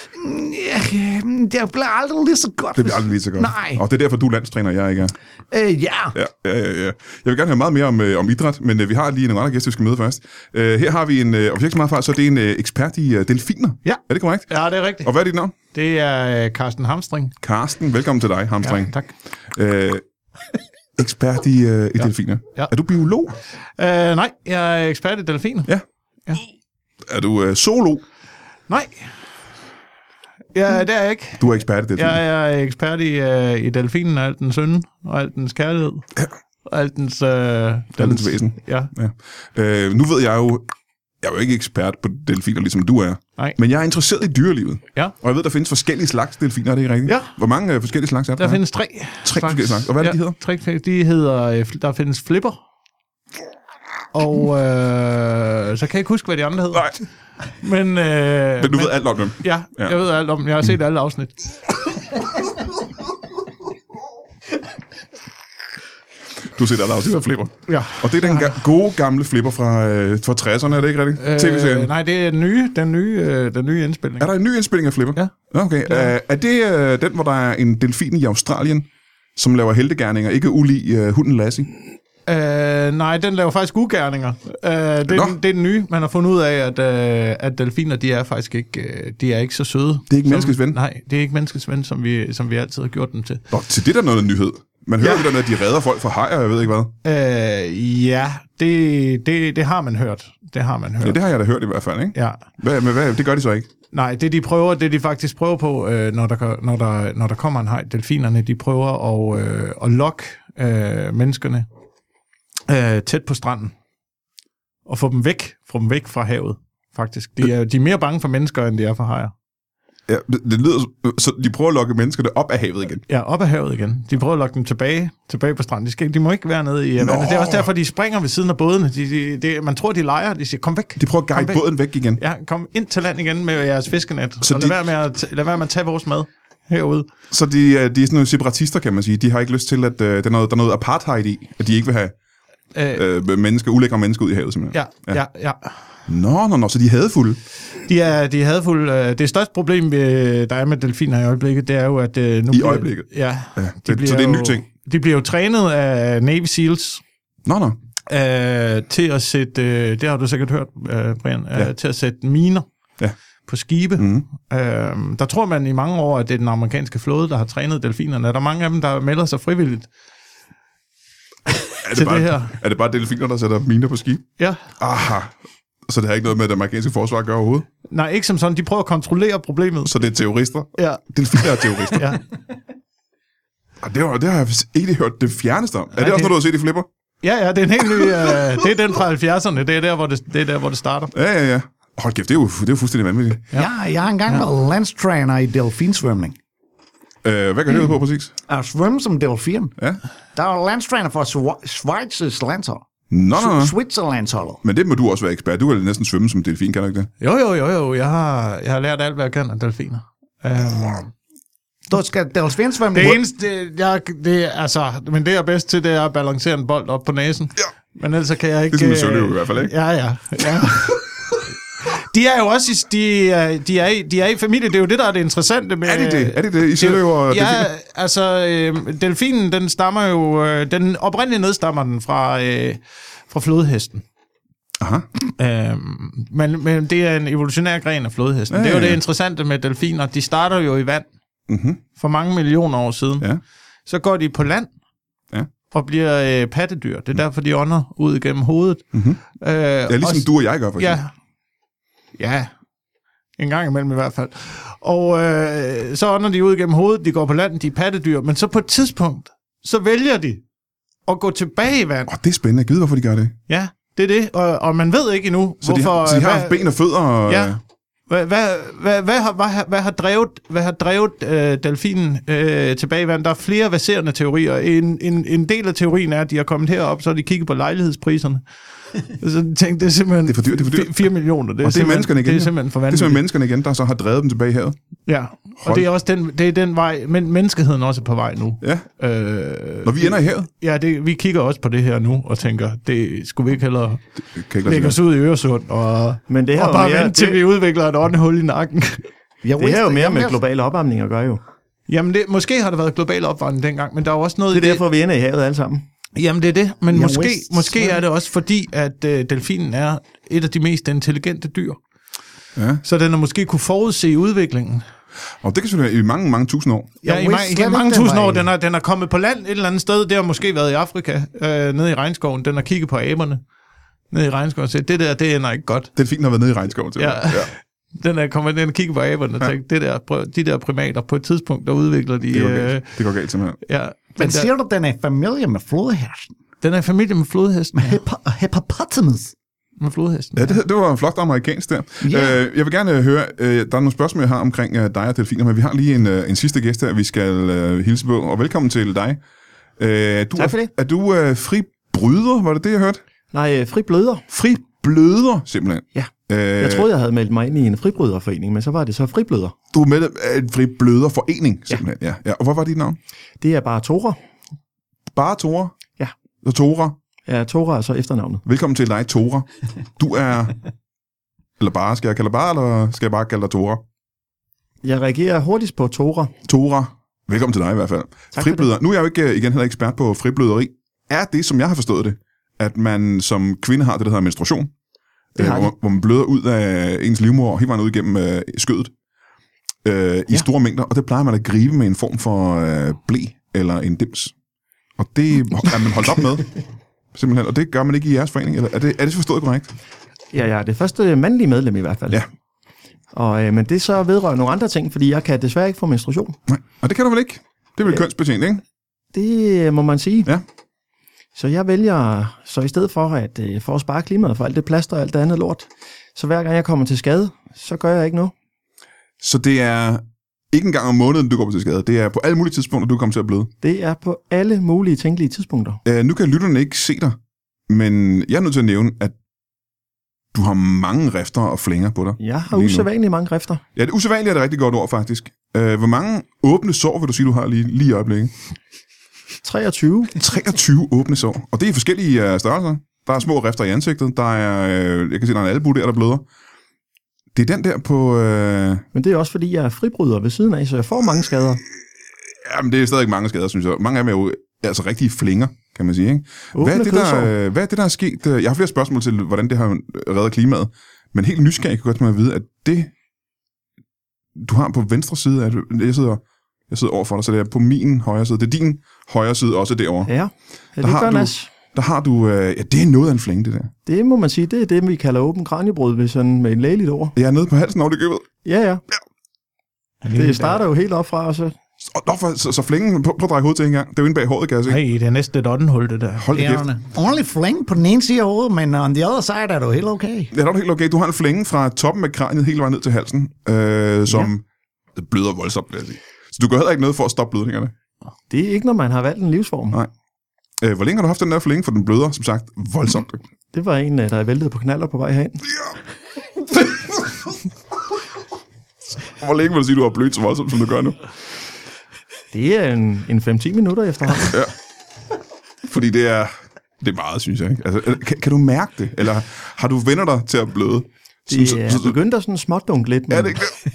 Det bliver aldrig lige så godt. Det bliver aldrig lige så godt. Nej. Og det er derfor, du er landstræner, jeg ikke er. Ja. Jeg vil gerne høre meget mere om idræt, men vi har lige nogle andre gæster, vi skal møde først. Her har vi en, og så er det en ekspert i delfiner. Ja. Er det korrekt? Ja, det er rigtigt. Og hvad er dit navn? Det er Carsten Hamstring. Carsten, velkommen til dig, Hamstring. Ja, tak. Ekspert i delfiner. Ja. Er du biolog? Nej, jeg er ekspert i delfiner. Ja. Er du zoolog? Nej. Ja, det er jeg ikke. Du er ekspert i delfiner? Jeg er ekspert i delfinen og alt dens synde, og alt dens kærlighed. Ja. Og alt dens væsen. Ja. Nu ved jeg jo ikke ekspert på delfiner, ligesom du er. Nej. Men jeg er interesseret i dyrelivet. Ja. Og jeg ved, der findes forskellige slags delfiner, er det ikke rigtigt? Ja. Hvor mange forskellige slags er der? Der findes 3. 3 forskellige slags. Og hvad er det, de hedder? De hedder, der findes flipper. Og så kan jeg ikke huske, hvad de andre hedder. Nej. Men du ved alt om dem? Ja, jeg ved alt om dem. Jeg har set alle afsnit. Du ser der afsnit af Flipper. Ja. Og det er den gode gamle Flipper fra 60'erne, er det ikke rigtigt? TV-serien? Nej, det er den nye indspilning. Er der en ny indspilning af Flipper? Ja. Okay. Ja. Er det den, hvor der er en delfin i Australien, som laver heltegerninger, ikke ulig hunden Lassie? Nej, den laver faktisk ugerninger. Det er den nye. Man har fundet ud af, at delfiner, de er faktisk ikke så søde. Det er ikke menneskets ven? Nej, det er ikke menneskets ven, som vi altid har gjort dem til. Nå, til det der noget nyhed. Man hører det der med, at de redder folk fra hajer, jeg ved ikke hvad. Ja, det har man hørt. Det har man hørt. Ja, det har jeg da hørt i hvert fald, ikke? Ja. Hvad, det gør de så ikke? Nej, det de faktisk prøver på, når der kommer en haj, delfinerne, de prøver at lokke menneskerne tæt på stranden og få dem væk fra havet, faktisk. De er mere bange for mennesker, end de er for hajer. Ja, det lyder så de prøver at lokke menneskerne op af havet igen. Ja, op af havet igen. De prøver at lokke dem tilbage på stranden. De må ikke være nede i vandet. Det er også derfor, de springer ved siden af bådene. Man tror, de leger. De siger, kom væk. De prøver at guide båden væk igen. Ja, kom ind til land igen med jeres fiskenet. Så lad være med at tage vores mad herude. Så de er sådan nogle separatister, kan man sige. De har ikke lyst til, at der er noget apartheid i, at de ikke vil have ulækre mennesker ud i havet, simpelthen. Ja. Nå, så de er hadefulde. De er hadefulde. Det største problem, der er med delfiner i øjeblikket, det er jo, at nu I øjeblikket? Ja. Så det er en ny ting? De bliver jo trænet af Navy Seals. Nå. Til at sætte, det har du sikkert hørt, Brian, til at sætte miner på skibe. Der tror man i mange år, at det er den amerikanske flåde, der har trænet delfinerne. Der er mange af dem, der melder sig frivilligt. Er det bare delfiner, der sætter miner på skib? Ja. Aha. Så det har ikke noget med det amerikanske forsvar at gøre overhovedet? Nej, ikke som sådan. De prøver at kontrollere problemet. Så det er terrorister? Ja. Delfiner er terrorister? Ja. Og det har jeg ikke hørt det fjerneste om. Er det også noget, du har set i Flipper? Ja, det er en helt ny... det er den fra 70'erne. Det er der, hvor det starter. Ja. Hold kæft, det er jo fuldstændig vanvittigt. Ja, jeg har engang været landstræner i delfinsvømning. Hvad kan det ud på præcis? At svømme som delfin. Ja. Der er landstræner for Schweiz's landshold. Nå. Switzerlandsholdet. Men det må du også være ekspert. Du kan næsten svømme som delfin, kan du ikke det? Jo. Jeg har lært alt, hvad jeg kan af delfiner. Du skal delfinsvømme. Det eneste, men det jeg er bedst til, det er at balancere en bold op på næsen. Ja. Men ellers kan jeg ikke... Det er som en i hvert fald, ikke? Ja. De er jo også de er i familie. Det er jo det, der er det interessante med... Er det det? I Søløver og ja, altså, delfinen, den stammer jo... Den oprindelige nedstammer den fra flodhesten. Aha. Men det er en evolutionær gren af flodhesten. Det er jo det interessante med delfiner. De starter jo i vand for mange millioner år siden. Ja. Så går de på land og bliver pattedyr. Det er derfor, de ånder ud igennem hovedet. Ligesom du og jeg gør, for eksempel. Ja, en gang imellem i hvert fald. Og så ånder de ud igennem hovedet, de går på land, de er pattedyr. Men så på et tidspunkt, så vælger de at gå tilbage i vand. Det er spændende. Jeg ved, hvorfor de gør det. Ja, det er det. Og man ved ikke endnu, hvorfor... Så de har ben og fødder? Og, ja. Hvad har drevet delfinen tilbage i vand? Der er flere verserende teorier. En del af teorien er, at de har kommet herop, så har de kigget på lejlighedspriserne. Så tænkte, det er simpelthen... Det er for dyrt. 4 millioner. Og det er menneskerne igen. Det er simpelthen for vanvittigt. Det er simpelthen menneskerne igen, der så har drevet dem tilbage i havet. Ja, og det er også den vej, men menneskeheden også er på vej nu. Ja. Når vi ender i havet? Ja, vi kigger også på det her nu og tænker, det skulle vi ikke hellere lægge os ud i Øresund og bare vente til vi udvikler et åndehul i nakken. Det har jo mere med global opvarmning at gøre jo. Jamen, måske har der været global opvarmning dengang, men der er også noget... Det er derfor, vi ender i havet alle sammen. Jamen, det er det. Men måske er det også fordi, at delfinen er et af de mest intelligente dyr. Ja. Så den har måske kunne forudse udviklingen. Og det kan selvfølgelig i mange, mange tusind år. Ja, i mange tusind år. Den er kommet på land et eller andet sted. Det har måske været i Afrika, nede i regnskoven. Den har kigget på aberne nede i regnskoven og sagt, det ender ikke godt. Delfinen har været nede i regnskoven til. Ja. Den har kigget på aberne og tænkt, de der primater, på et tidspunkt, der udvikler de... Det går galt simpelthen. Ja. Men siger du, den er familie med flodhesten? Den er familie med flodhesten. Hippopotamus. Med flodhesten. Ja, det var flot amerikansk der. Yeah. Jeg vil gerne høre, der er nogle spørgsmål, jeg har omkring dig og delfiner, men vi har lige en sidste gæst her, vi skal hilse på, og velkommen til dig. Tak for det. Er du fribryder, var det jeg hørte? Nej, fribløder. Fribløder, simpelthen? Ja. Jeg troede, jeg havde meldt mig ind i en fribryderforening, men så var det så fribløder. Du er med i en fribløderforening, simpelthen? Ja. Og hvad var dit navn? Det er bare Tora. Bare Tora? Ja. Så Tora? Ja, Tora er så efternavnet. Velkommen til dig, Tora. Du er... Eller bare, skal jeg kalde dig bare, eller skal jeg bare kalde dig Tora? Jeg reagerer hurtigst på Tora. Tora. Velkommen til dig i hvert fald. Fribløder. Nu er jeg jo ikke igen heller ekspert på fribløderi. Er det, som jeg har forstået det, at man som kvinde har det, der hedder menstruation? Hvor man bløder ud af ens livmor hele vejen ud igennem skødet i store mængder, og det plejer man at gribe med en form for ble eller en dims. Og det er man holdt op med, simpelthen, og det gør man ikke i jeres forening, eller er det forstået korrekt? Ja, det første mandlige medlem i hvert fald. Ja. Og, men det så vedrører nogle andre ting, fordi jeg kan desværre ikke få menstruation. Nej, og det kan du vel ikke? Det er vel kønsbetjent, ikke? Det må man sige. Ja. Så jeg vælger, så i stedet for at spare klimaet for alt det plaster og alt det andet lort, så hver gang jeg kommer til skade, så gør jeg ikke noget. Så det er ikke engang om måneden, du går til skade. Det er på alle mulige tidspunkter, du kommer til at bløde. Det er på alle mulige tænkelige tidspunkter. Nu kan lytterne ikke se dig, men jeg er nødt til at nævne, at du har mange rifter og flænger på dig. Jeg har usædvanligt mange rifter. Ja, det usædvanligt er det rigtig godt ord, faktisk. Hvor mange åbne sår, vil du sige, du har lige i øjeblikket? 23. 23 åbne sår. Og det er forskellige størrelser. Der er små rifter i ansigtet. Der er, jeg kan se, der er en albu der bløder. Det er den der på... Men det er også, fordi jeg er fribryder ved siden af, så jeg får mange skader. Jamen, det er stadig mange skader, synes jeg. Mange af dem er jo altså rigtige flinger, kan man sige, ikke? Hvad er det, der er sket? Jeg har flere spørgsmål til, hvordan det har reddet klimaet. Men helt nysgerrig kan godt mig at vide, at det, du har på venstre side, at jeg sidder over for dig, så det er på min højre side. Det er din højre side også derovre. Ja, det gør Nas. Der har du... det er noget af en flænge, det der. Det må man sige. Det er det, vi kalder åben kraniebrud, hvis sådan med en lægeligt ord. Jeg er nede på halsen over det købet. Ja. Det starter jo helt op fra, og så... Så flængen, prøv at dreje hovedet til en gang. Det er jo inde bag håret, kan jeg se. Nej, det er næsten et åndenhul, det der. Hold det kæft. Only flæng på den ene side af hovedet, men on the other side er du helt okay. Ja, der er du helt okay. Du har en flænge fra toppen af kraniet hele vejen ned til halsen, som det bløder voldsomt, vil jeg sige. Så du gør heller ikke noget for at stoppe blødningerne? Det er ikke, når man har valgt en livsform. Nej. Hvor længe har du haft den der flænge, for den bløder, som sagt, voldsomt? Det var en, der er væltet på knaller på vej hen. Ja. Hvor længe vil du sige, du har blødt så voldsomt, som du gør nu? Det er en 5-10 minutter efterhånden. Ja. Fordi det er meget, synes jeg. Ikke? Altså, kan du mærke det? Eller har du venner dig til at bløde? Det er begyndt at sådan smådunk lidt. Men... Ja, det ikke det?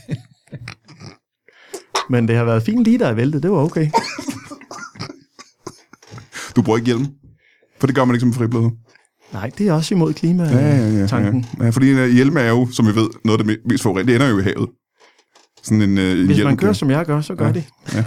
Men det har været fint lige, der er væltet. Det var okay. Du bruger ikke hjelm? For det gør man ikke som fribløder. Nej, det er også imod klimatanken. Ja, fordi hjelme er jo, som vi ved, noget af det mest forurenet. Det ender jo i havet. Sådan en Hvis hjelm, man gør, som jeg gør, så gør de. Ja.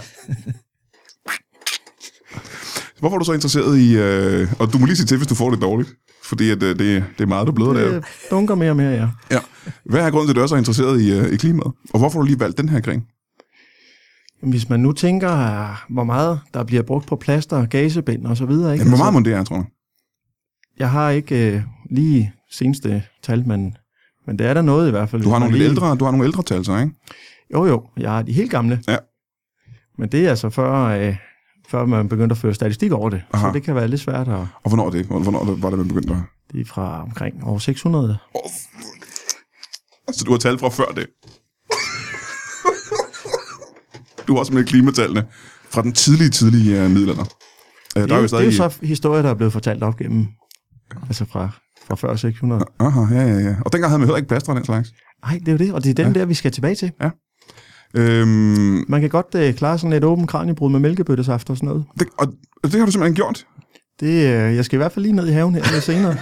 Hvorfor er du så interesseret i... og du må lige sige til, hvis du får det dårligt. Fordi at, det er meget, der bløder der. Det dunker mere og mere, ja. Ja. Hvad er grunden til, at du er så interesseret i klimaet? Og hvorfor har du lige valgt den her gren? Hvis man nu tænker, hvor meget der bliver brugt på plaster, gasebind og så videre. Ikke? Jamen, hvor meget må det er, tror jeg? Jeg har ikke lige seneste tal, men det er der noget i hvert fald. Du har nogle ældre tal, så, ikke? Jo, jeg har de helt gamle. Ja. Men det er altså før man begyndte at føre statistik over det. Aha. Så det kan være lidt svært at... Og hvornår er det? Hvornår var det, man begyndte at... Det er fra omkring år 600. Så du har tal fra før det? Du har også med klimatallene fra den tidlige middelalder. Det er jo så historier, der er blevet fortalt op gennem... Altså fra før 600. Aha, ja. Og dengang havde man heller ikke plaster den slags. Nej, det er jo det, og det er den der, vi skal tilbage til. Ja. Man kan godt klare sådan et åbent kraniebrud med mælkebøttesaft og sådan noget. Og det har du simpelthen gjort? Jeg skal i hvert fald lige ned i haven her lidt senere.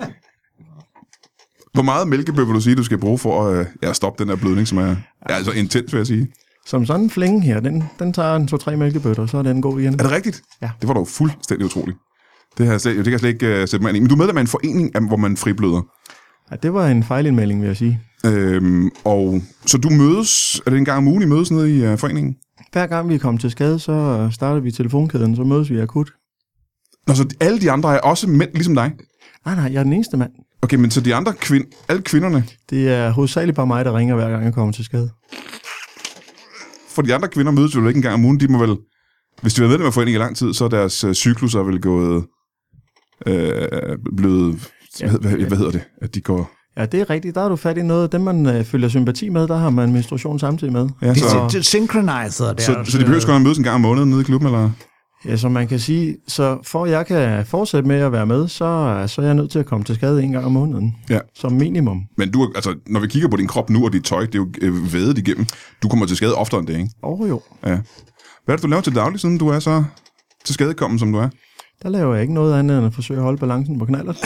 Hvor meget mælkebøtte vil du sige, du skal bruge for at stoppe den her blødning, som er altså intens, vil jeg sige? Som sådan en flænge her, den tager en 2-3 mælkebøtter, så er den god igen. Er det rigtigt? Ja. Det var dog fuldstændig utroligt. Det kan jeg slet ikke sætte mig ind i. Men du er medlem af en forening, hvor man fribløder. Ja, det var en fejlindmelding, vil jeg sige. Og så du mødes, er det en gang om ugen, I mødes nede i foreningen? Hver gang vi kommer til skade, så starter vi telefonkæden, så mødes vi akut. Nå, så alle de andre er også mænd, ligesom dig? Nej, jeg er den eneste mand. Okay, men så de andre alle kvinderne? Det er hovedsageligt bare mig, der ringer hver gang jeg kommer til skade. For de andre kvinder mødes jo ikke en gang om ugen, de må vel, hvis de har været medlem af foreningen i lang tid, så er deres cykluser vel gået, blevet, ja, hvad hedder det, at de går... Ja, det er rigtigt. Der er du fat i noget. Dem, man følger sympati med, der har man menstruation samtidig med. Ja, så synchronizer der. Så de behøver sgu at mødes en gang om måneden nede i klubben, eller? Ja, som man kan sige, så for at jeg kan fortsætte med at være med, så er jeg nødt til at komme til skade en gang om måneden. Ja. Som minimum. Men du, altså, når vi kigger på din krop nu og dit tøj, det er jo vædet igennem. Du kommer til skade oftere end det, ikke? Jo. Ja. Hvad er det, du laver til daglig, siden du er så til skadekommen, som du er? Der laver jeg ikke noget andet end at forsøge at holde balancen på knallert.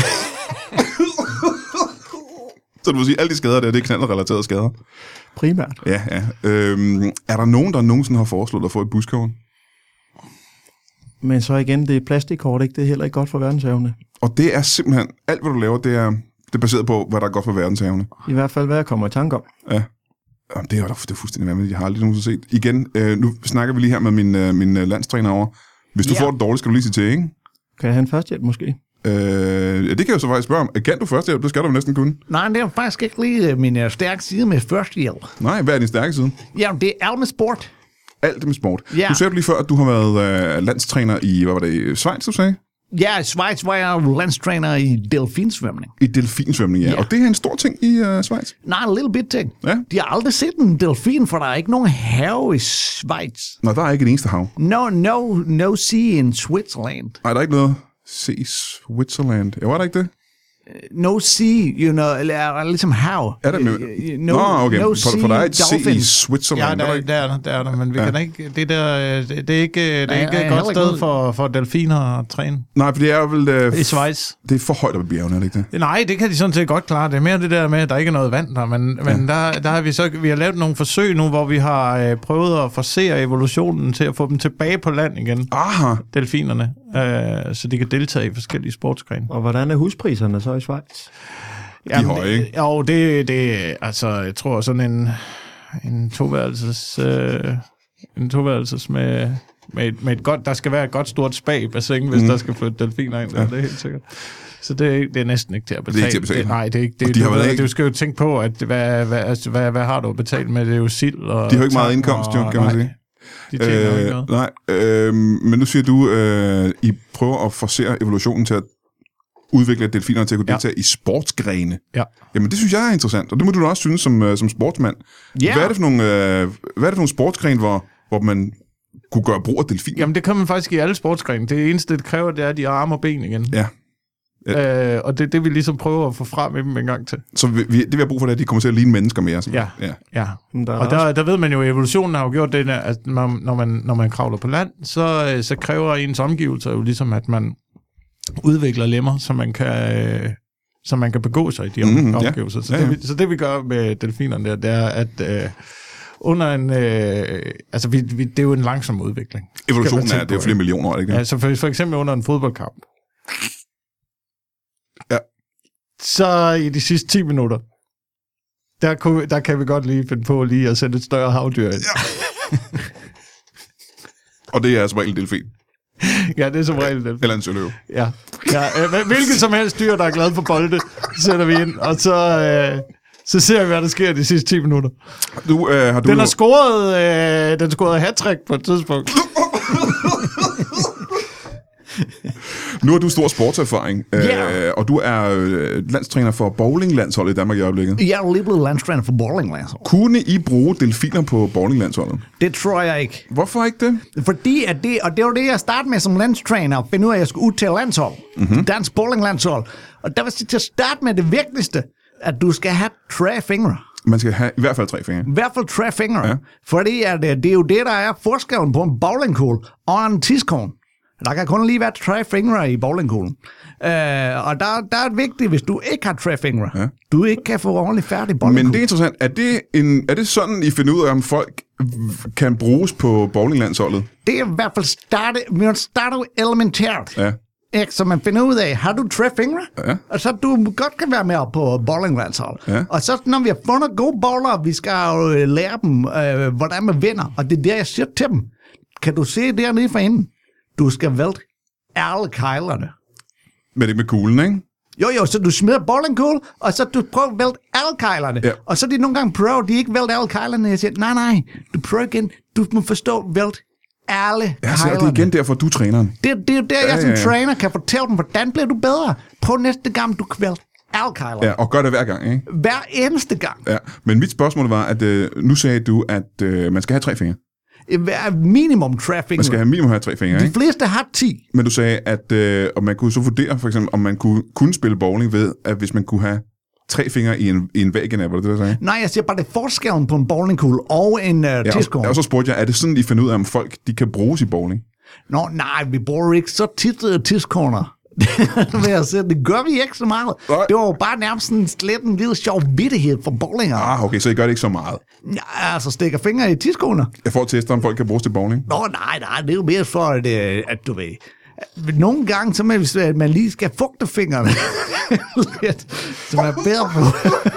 Så du vil sige, at alle de skader der, det er knallerrelaterede skader? Primært. Ja. Er der nogen, der nogensinde har foreslået at få et buskort? Men så igen, det er plastikkort, ikke? Det er heller ikke godt for verdenshavene. Og det er simpelthen, alt hvad du laver, det er baseret på, hvad der er godt for verdenshavene. I hvert fald, hvad jeg kommer i tanke om. Ja. Det er fuldstændig vanvittigt. Jeg har aldrig nogensinde set. Igen, nu snakker vi lige her med min landstræner over. Hvis du får det dårligt, skal du lige sige til, ikke? Kan jeg have en førstehjælp måske? Ja, det kan jeg så faktisk spørge om. Kan du førstehjælp? Det skal du næsten kunne. Nej, det er faktisk ikke lige min stærke side med førstehjælp. Nej, hvad er din stærke side? Ja, det er alt med sport. Alt med sport. Ja. Du sagde lige før, at du har været landstræner i, hvad var det, Schweiz, du sagde? Ja, i Schweiz var jeg landstræner i delfinsvømning. I delfinsvømning, ja. Og det er en stor ting i Schweiz? Nej, en lille bit ting. Ja. De har aldrig set en delfin, for der er ikke nogen hav i Schweiz. Nå, der er ikke et eneste hav. No sea in Switzerland. Nej, der er ikke noget sea Switzerland. Ja, var der ikke det? No sea, eller ligesom hav. Er det med? Okay. No for der er et sea i Switzerland. Ja, der er der, men vi kan ikke, det er ikke et godt sted for delfiner at træne. Nej, for det er vel... I Schweiz. Det er for højt op i bjergene, er det ikke det? Nej, det kan de sådan set godt klare. Det er mere det der med, at der ikke er noget vand der, men der har vi har lavet nogle forsøg nu, hvor vi har prøvet at forsere evolutionen til at få dem tilbage på land igen. Aha. Delfinerne, så de kan deltage i forskellige sportsgrene. Og hvordan er huspriserne så i Schweiz? De er høje, ikke? Jo, det altså, jeg tror sådan en toværelses med et godt, der skal være et godt stort spa-bassin, hvis der skal flytte delfiner ind, det er helt sikkert. Så det er næsten ikke til at betale. Det er ikke til at betale. Nej, det er ikke. Du skal jo tænke på, at hvad har du at betale med? Det er jo sild og... De har jo ikke meget indkomst, jo, kan man sige. De tjener ikke noget. Nej, men nu siger du, I prøver at forsere evolutionen til at udvikle delfinerne til at kunne deltage i sportsgrene. Ja. Jamen, det synes jeg er interessant, og det må du da også synes som sportsmand. Yeah. Hvad er det for nogle sportsgrene, hvor man kunne gøre brug af delfiner? Jamen, det kan man faktisk i alle sportsgrene. Det eneste, det kræver, det er, at de har arme og ben igen. Ja. Og det vi ligesom prøver at få frem med dem en gang til. Så det vi har brug for, det er, at de kommer til at ligne mennesker mere. Ja. Og der ved man jo, at evolutionen har jo gjort det, at når man kravler på land, så kræver ens omgivelser jo ligesom, at man udvikler lemmer, så man kan begå sig i de omgivelser. Så det vi gør med delfinerne det er, at under en... det er jo en langsom udvikling. Evolutionen det er jo flere millioner år, ikke? Ja, så for eksempel under en fodboldkamp. Ja. Så i de sidste 10 minutter, der kan vi godt lige finde på lige at sætte et større havdyr ind. Ja. Og det er som regel en delfin. Ja, det er som regel delfin. Eller en søløve. Ja. Hvilket som helst dyr, der er glad for bolde, sætter vi ind, og så ser vi, hvad der sker de sidste 10 minutter. Den scorede hat-trick på et tidspunkt. Nu har du stor sportserfaring, og du er landstræner for bowlinglandsholdet i Danmark i øjeblikket. Jeg er lige blevet landstræner for bowlinglandsholdet. Kunne I bruge delfiner på bowlinglandsholdet? Det tror jeg ikke. Hvorfor ikke det? Fordi det var det, jeg startede med som landstræner, at finde ud af, at jeg skulle ud til landshold. Dansk bowlinglandshold. Og der var til at starte med det vigtigste, at du skal have 3 fingre. Man skal have i hvert fald 3 fingre. I hvert fald 3 fingre. Ja. Fordi det er jo det, der er forskellen på en bowlingkugle og en tidskone. Der kan kun lige være 3 fingre i bowlingkuglen. Og der er det vigtigt, hvis du ikke har 3 fingre, du ikke kan få ordentligt færdig bowlingkugle. Men det er interessant. Er det sådan, I finder ud af, om folk kan bruges på bowlinglandsholdet? Det er i hvert fald man starter jo elementært. Ja. Ikke? Så man finder ud af, har du 3 fingre? Ja. Og så du godt kan være med på bowlinglandsholdet. Ja. Og så når vi har fundet gode bowlere, vi skal jo lære dem, hvordan man vinder. Og det er der, jeg siger til dem. Kan du se dernede for enden? Du skal vælte alle kejlerne. Men det med kuglen, ikke? Jo, så du smider bowlingkugle, og så du prøver at vælte alle kejlerne. Ja. Og så de nogle gange prøver, de ikke vælte alle kejlerne. Jeg siger, nej, du prøver igen. Du må forstå, vælte alle kejlerne. Det er igen derfor, du er træneren. Det er der, jeg som træner kan fortælle dem, hvordan bliver du bedre. Prøv næste gang, du kan vælte alle kejlerne. Ja, og gør det hver gang, ikke? Hver eneste gang. Ja, men mit spørgsmål var, at nu sagde du, at man skal have 3 fingre. Minimum 3 fingre. Man skal have minimum 3 fingre, ikke? De fleste har 10. Men du sagde, at og man kunne så vurdere, for eksempel, om man kunne spille bowling ved, at hvis man kunne have 3 fingre i en væggen, var det det, du sagde? Nej, jeg siger bare, det er forskellen på en bowlingkugle og en tidskone. Og så spurgte jeg, er det sådan, I finder ud af, om folk de kan bruges i bowling? Nå, nej, vi bruger ikke så tit tidskoner. Det gør vi ikke så meget. Nej. Det var jo bare nærmest en lille sjov vittighed for bowlinger. Okay, så I gør det ikke så meget. Ja, altså stikker fingre i tidskoner. Jeg får at teste, om folk kan bruges til bowling. Nå, nej, det er jo mere for, at du ved... Nogle gange, så man, man lige skal fugte fingrene lidt, så man er bedre på.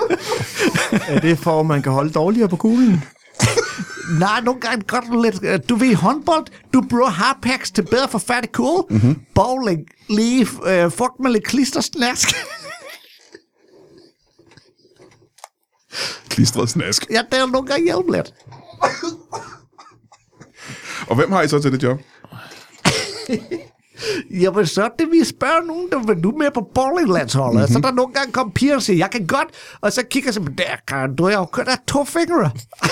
Er det for, at man kan holde dårligere på kuglen? Nej, nogle gange godt lidt. Du ved, håndbold, du bruger hardpacks til bedre for færdig kugle. Bowling, lige fugt med lidt klistersnask. Klistret snask. Ja, det er nogle gange hjælp lidt. Og hvem har I så til det job? Jamen, så det vi spørger nogen, der vil du med på bowlinglandsholdet. Så der nogle gange kommer piger og siger, jeg kan godt. Og så kigger jeg så, der kan du jo kun have 2 fingre.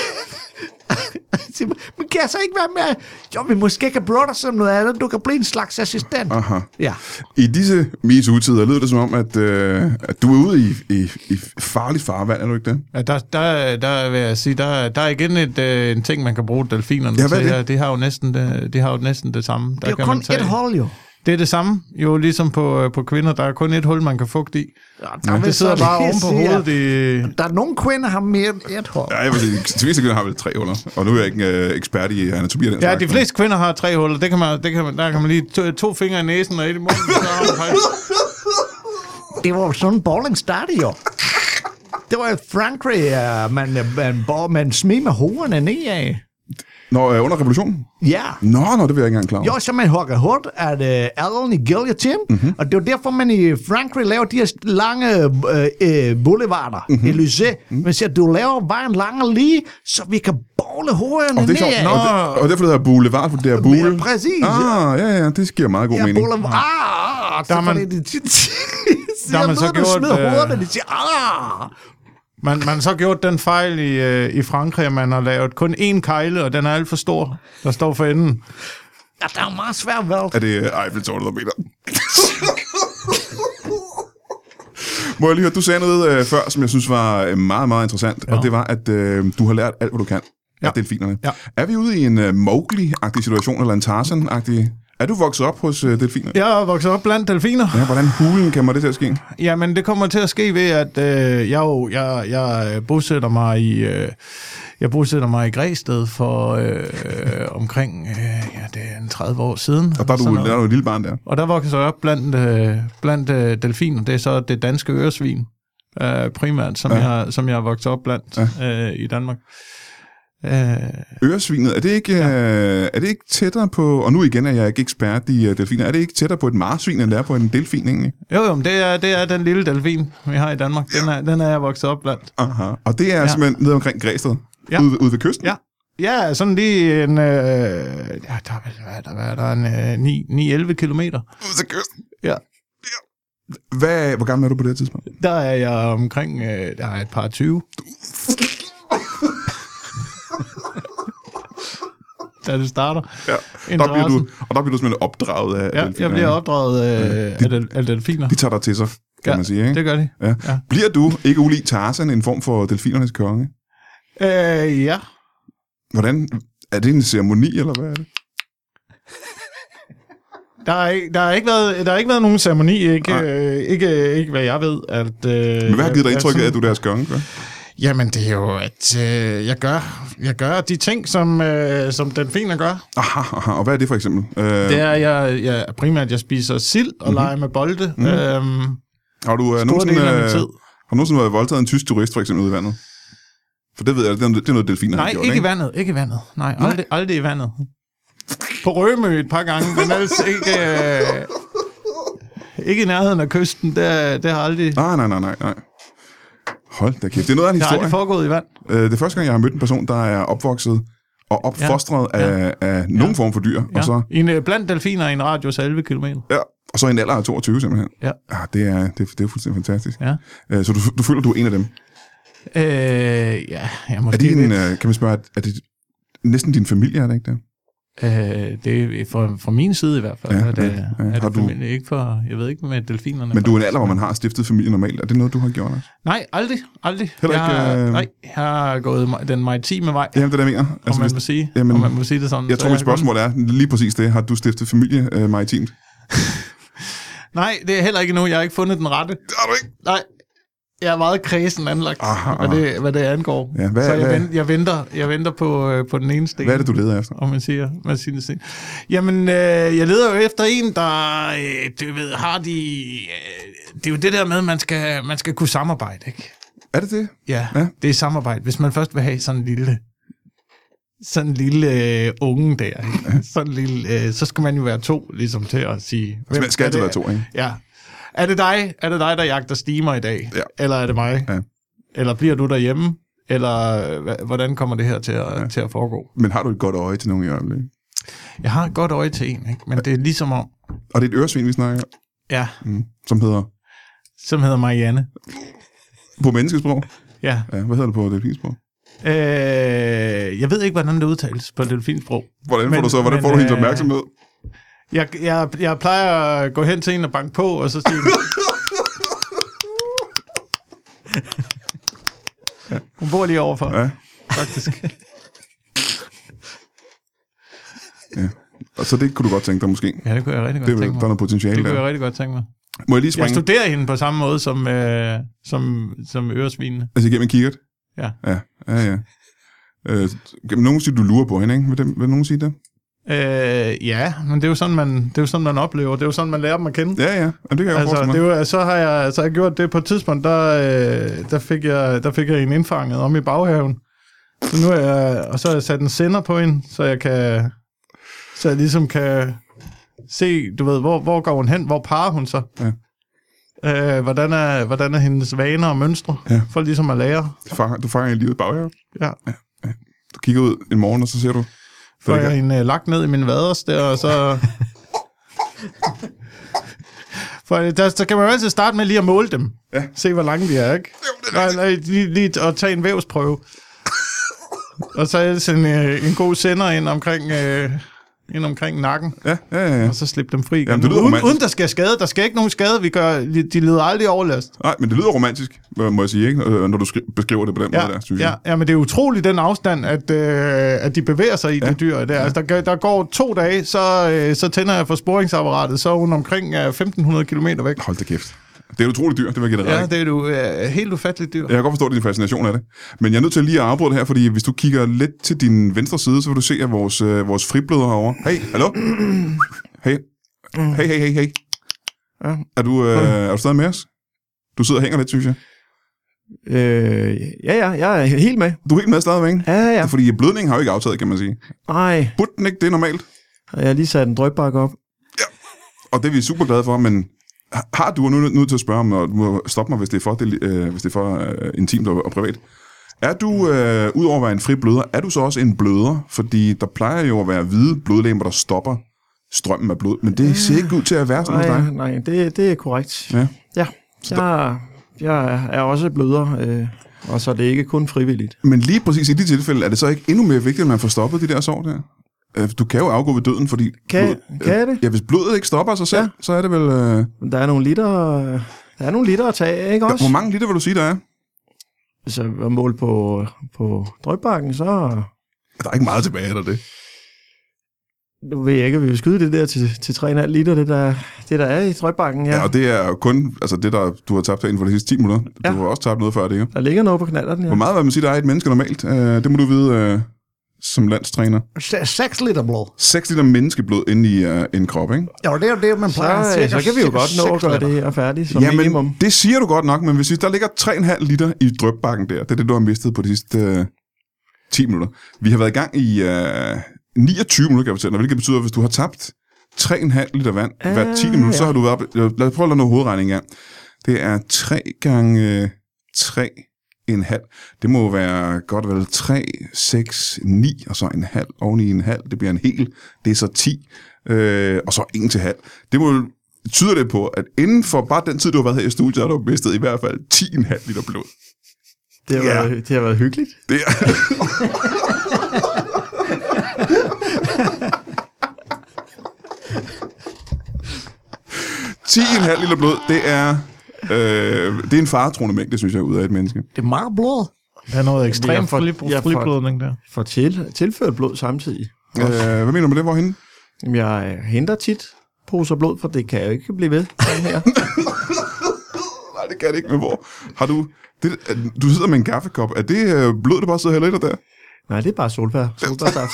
Men kan jeg så ikke være med? Jo, vi måske kan bruge dig som noget andet. Du kan blive en slags assistent. Aha. Ja. I disse MeToo-tider lyder det som om, at du er ude i farligt farvand, er du ikke det? Ja, der vil jeg sige, der er igen en ting, man kan bruge delfinerne til her. Det har jo næsten det samme. Det er jo kun et hold, jo. Det er det samme, jo ligesom på kvinder. Der er kun et hul, man kan fugte i. Ja, det sidder bare oven på hovedet. Der er nogle kvinder, der har mere end et hold. Ja, jeg vil sige, de fleste kvinder har vel 3 huller. Og nu er jeg ikke ekspert i anatomi af den slags. Ja, de fleste kvinder har 3 huller. Der kan man lige 2 fingre i næsen og et i munden. Det var jo sådan en bowling startede jo. Det var i Frankrig, man smed med hovederne ned af. Under revolutionen? Ja. Nå, det vil jeg ikke engang klar over. Jo, så man hugger hårdt af adelen i guillotine, og det er jo derfor, man i Frankrig laver de her lange boulevarder, Élysée. Man siger, du laver vejen lang og lige, så vi kan bowle hovederne ned af. Og derfor det hedder boulevard, for det er boule. Præcis. Ja, det giver meget god mening. Boulevard. Der har man så gjort... hovederne, de siger, Man har så gjort den fejl i Frankrig, at man har lavet kun én kejle, og den er alt for stor, der står for enden. Ja, det er jo meget svært valgt. Er det Eiffeltårnet, der mener? Må jeg lige høre, du sagde noget før, som jeg synes var meget, meget interessant, og det var, at du har lært alt, hvad du kan af delfinerne. Ja. Er vi ude i en Mowgli-agtig situation, eller en Tarzan-agtig? Er du vokset op hos delfiner? Jeg er vokset op blandt delfiner. Ja, hvordan hulen kommer det til at ske? Jamen, det kommer til at ske ved, at jeg bosætter mig i Græsted for omkring det er 30 år siden. Og der er du et lille barn der. Og der voksede jeg op blandt delfiner. Det er så det danske øresvin, primært, som jeg har vokset op blandt i Danmark. Øresvinet, er det ikke tættere på, og nu igen er jeg ikke ekspert i delfiner, er det ikke tættere på et marsvin, end det er på en delfin egentlig? Jo, men det er den lille delfin, vi har i Danmark. Den er jeg vokset op blandt. Aha. Og det er simpelthen nede omkring Græsted? Ja. Ude ved kysten? Ja. Ja, sådan lige en... der er en 9-11 kilometer. Ude ved kysten? Ja. Hvor gammel er du på det tidspunkt? Der er jeg omkring... der er et par 20. Da det starter. Ja. Der bliver du simpelthen opdraget af delfiner. Jeg bliver opdraget af delfiner. De tager dig til sig, kan man sige, ikke? Det gør de. Ja. Ja. Bliver du, ikke ulig Tarzan, en form for delfinernes konge? Ja. Hvordan? Er det en ceremoni, eller hvad er det? Der har ikke været nogen ceremoni, ikke hvad jeg ved. Men hvad har givet dig indtryk af, at du er deres konge? Jamen, det er jo, at jeg gør de ting, som delfiner gør. Aha, og hvad er det for eksempel? Det er, jeg spiser sild og leger med bolde. Har du nogensinde været voldtaget en tysk turist, for eksempel, ude i vandet? For det ved jeg, det er noget delfiner har gjort, ikke? Ikke i vandet. Nej, aldrig i vandet. På Rømø et par gange, men ellers ikke i nærheden af kysten. Det har aldrig... Nej. Hold da kæft. Det er noget af en historie. Det har aldrig foregået i vand. Det er første gang, jeg har mødt en person, der er opvokset og opfostret af nogen form for dyr. Ja. Og så, blandt delfiner i en radius af 11 km. Ja, og så i en alder af 22 simpelthen. Ja. Det er fuldstændig fantastisk. Ja. Så du føler, du er en af dem? Ja, jeg måske kan man spørge, er det næsten din familie, er det ikke det? Det er fra min side i hvert fald. Ja, er det familie, ikke for, jeg ved ikke med delfinerne. Men du er en alder, hvor man har stiftet familie normalt. Er det noget, du har gjort også? Nej, aldrig. Nej, jeg har gået den maritime vej. Jamen, det der mener. Altså, om man må sige det sådan. Jeg tror, mit spørgsmål er lige præcis det. Har du stiftet familie maritimt? Nej, det er heller ikke nu. Jeg har ikke fundet den rette. Det har du ikke? Nej. Jeg er meget kredsen anlagt, hvad det angår. Ja, så jeg venter på den ene sten. Hvad er det, du leder efter? Om man siger det. Jamen, jeg leder jo efter en, der du ved, har det er jo det der med, at man skal kunne samarbejde, ikke? Er det det? Ja, det er samarbejde. Hvis man først vil have sådan en lille unge der, ikke? Sådan en lille, så skal man jo være to, ligesom til at sige... Man skal altid være to, ikke? Ja. Er det dig, der jagter stimer i dag? Ja. Eller er det mig? Ja. Eller bliver du derhjemme? Eller hvordan kommer det her til at foregå? Men har du et godt øje til nogen i øjeblikket? Jeg har et godt øje til en, ikke? Men det er ligesom om... Og det er et øresvin, vi snakker? Ja. Som hedder? Som hedder Marianne. På menneskesprog? Ja. Hvad hedder det på delfinsprog? Jeg ved ikke, hvordan det udtales på delfinsprog. Hvordan får du hendes opmærksomhed? Jeg plejer at gå hen til en og banke på, og så sige... Hun bor lige overfor. Ja. Faktisk. Ja. Og så det kunne du godt tænke dig måske? Ja, det kunne jeg rigtig godt tænke mig. Der er noget potentiale der. Det kunne jeg rigtig godt tænke mig. Må jeg lige springe? Jeg studerer hende på samme måde som øresvinene. Altså igennem en kikkert? Ja. Nogen siger, du lurer på hende, ikke? Vil nogen sige det? Ja, men det er jo sådan, man oplever. Det er jo sådan, man lærer dem at kende. Ja. Jamen, det kan jeg forestille mig. Så har jeg gjort det på et tidspunkt, der fik jeg en indfanget om i baghaven. Så nu så har jeg sat en sender på hende, så jeg ligesom kan se, du ved, hvor går hun hen, hvor parer hun så. Ja. Hvordan er hendes vaner og mønstre, for ligesom at lære. Du fanger hende lige ud i baghaven? Ja. Du kigger ud en morgen, og så ser du... Får jeg hende lagt ned i min vaders der, og så... så kan man jo altid starte med lige at måle dem. Ja. Se, hvor lange de er, ikke? Lige at tage en vævsprøve. Og så er det en god sender ind omkring ind omkring nakken, Ja. og så slippe dem fri igen. Jamen, det lyder romantisk. Uden der skal skade. Der skal ikke nogen skade. De lider aldrig overlast. Nej, men det lyder romantisk, må jeg sige, ikke? Når du beskriver det på den måde der, synes jeg. Ja, men det er utroligt den afstand, at de bevæger sig i de dyr. Der. Altså, der går 2 dage, så tænder jeg for sporingsapparatet, så er hun omkring 1.500 kilometer væk. Hold da kæft. Det er et utroligt dyr, det vil jeg give dig ret. Ja, det er helt ufatteligt dyr. Jeg kan godt forstå din fascination af det. Men jeg er nødt til lige at afbryde det her, fordi hvis du kigger lidt til din venstre side, så vil du se, at vores fribløder herovre. Hey, hallo? Hey. Ja. Er du stadig med os? Du sidder og hænger lidt, synes jeg. Ja, jeg er helt med. Du er helt med stadigvæk? Ja. Fordi blødningen har jo ikke aftaget, kan man sige. Nej, Burde den ikke det normalt? jeg har lige sat en drøbbakke op. Og det er vi super glade for, men har du, og nu er nødt til at spørge om, og du må stoppe mig, hvis det er for intimt og privat. Er du, udover at være en fri bløder, er du så også en bløder? Fordi der plejer jo at være hvide blodlegemer, der stopper strømmen af blod, men det ser ikke ud til at være sådan hos dig. Nej, det er korrekt. Ja. Jeg er også bløder, og så er det ikke kun frivilligt. Men lige præcis i de tilfælde, er det så ikke endnu mere vigtigt, at man får stoppet de der sår der? Du kan jo afgå ved døden, fordi... Kan det? Ja, hvis blodet ikke stopper sig selv, så er det vel... Der er nogle liter at tage, ikke også? Hvor mange liter vil du sige, der er? Hvis jeg var mål på drøbbakken, så... Der er ikke meget tilbage af det. Nu ved jeg ikke, at vi vil skyde det der til 3,5 liter, det der er i drøbbakken, ja. Ja, og det er jo kun det, der du har tabt inden for de sidste 10 minutter. Du har også tabt noget før det, jo. Der ligger noget på knalderen, ja. Hvor meget vil man sige, der er et menneske normalt? Det må du vide som landstræner. 6 liter blod. 6 liter menneskeblod inde i en krop, ikke? Ja, det er jo det, man plejer. Så kan vi jo godt nå at gøre det her færdigt som minimum. Men det siger du godt nok, men hvis der ligger 3,5 liter i drøbbakken der, det er det, du har mistet på de sidste 10 minutter. Vi har været i gang i 29 minutter, kan jeg fortælle dig, hvilket betyder, at hvis du har tabt 3,5 liter vand hver 10 minutter, så har du været op... Lad os prøve at lade noget hovedregning her. Det er 3 gange 3,5. Det må være godt vel 3, 6, 9, og så en halv oveni en halv. Det bliver en hel. Det er så 10, og så 1 til halv. Det må tyder det på, at inden for bare den tid, du har været her i studiet, har du mistet i hvert fald 10,5 liter blod. Det har været hyggeligt. Det er... 10,5 liter blod, det er en faretroende mængde, synes jeg, ud af et menneske. Det er meget blod. Der er noget ekstremt friblodning der. For tilført blod samtidig. Hvad mener du med det? Hvorhenne? Jamen, jeg henter tit poser blod, for det kan jeg jo ikke blive ved sådan her. Nej, det kan det ikke, men hvor? Har du... du sidder med en kaffekop. Er det blod, du bare sidder heller der? Nej, det er bare solbærsaft.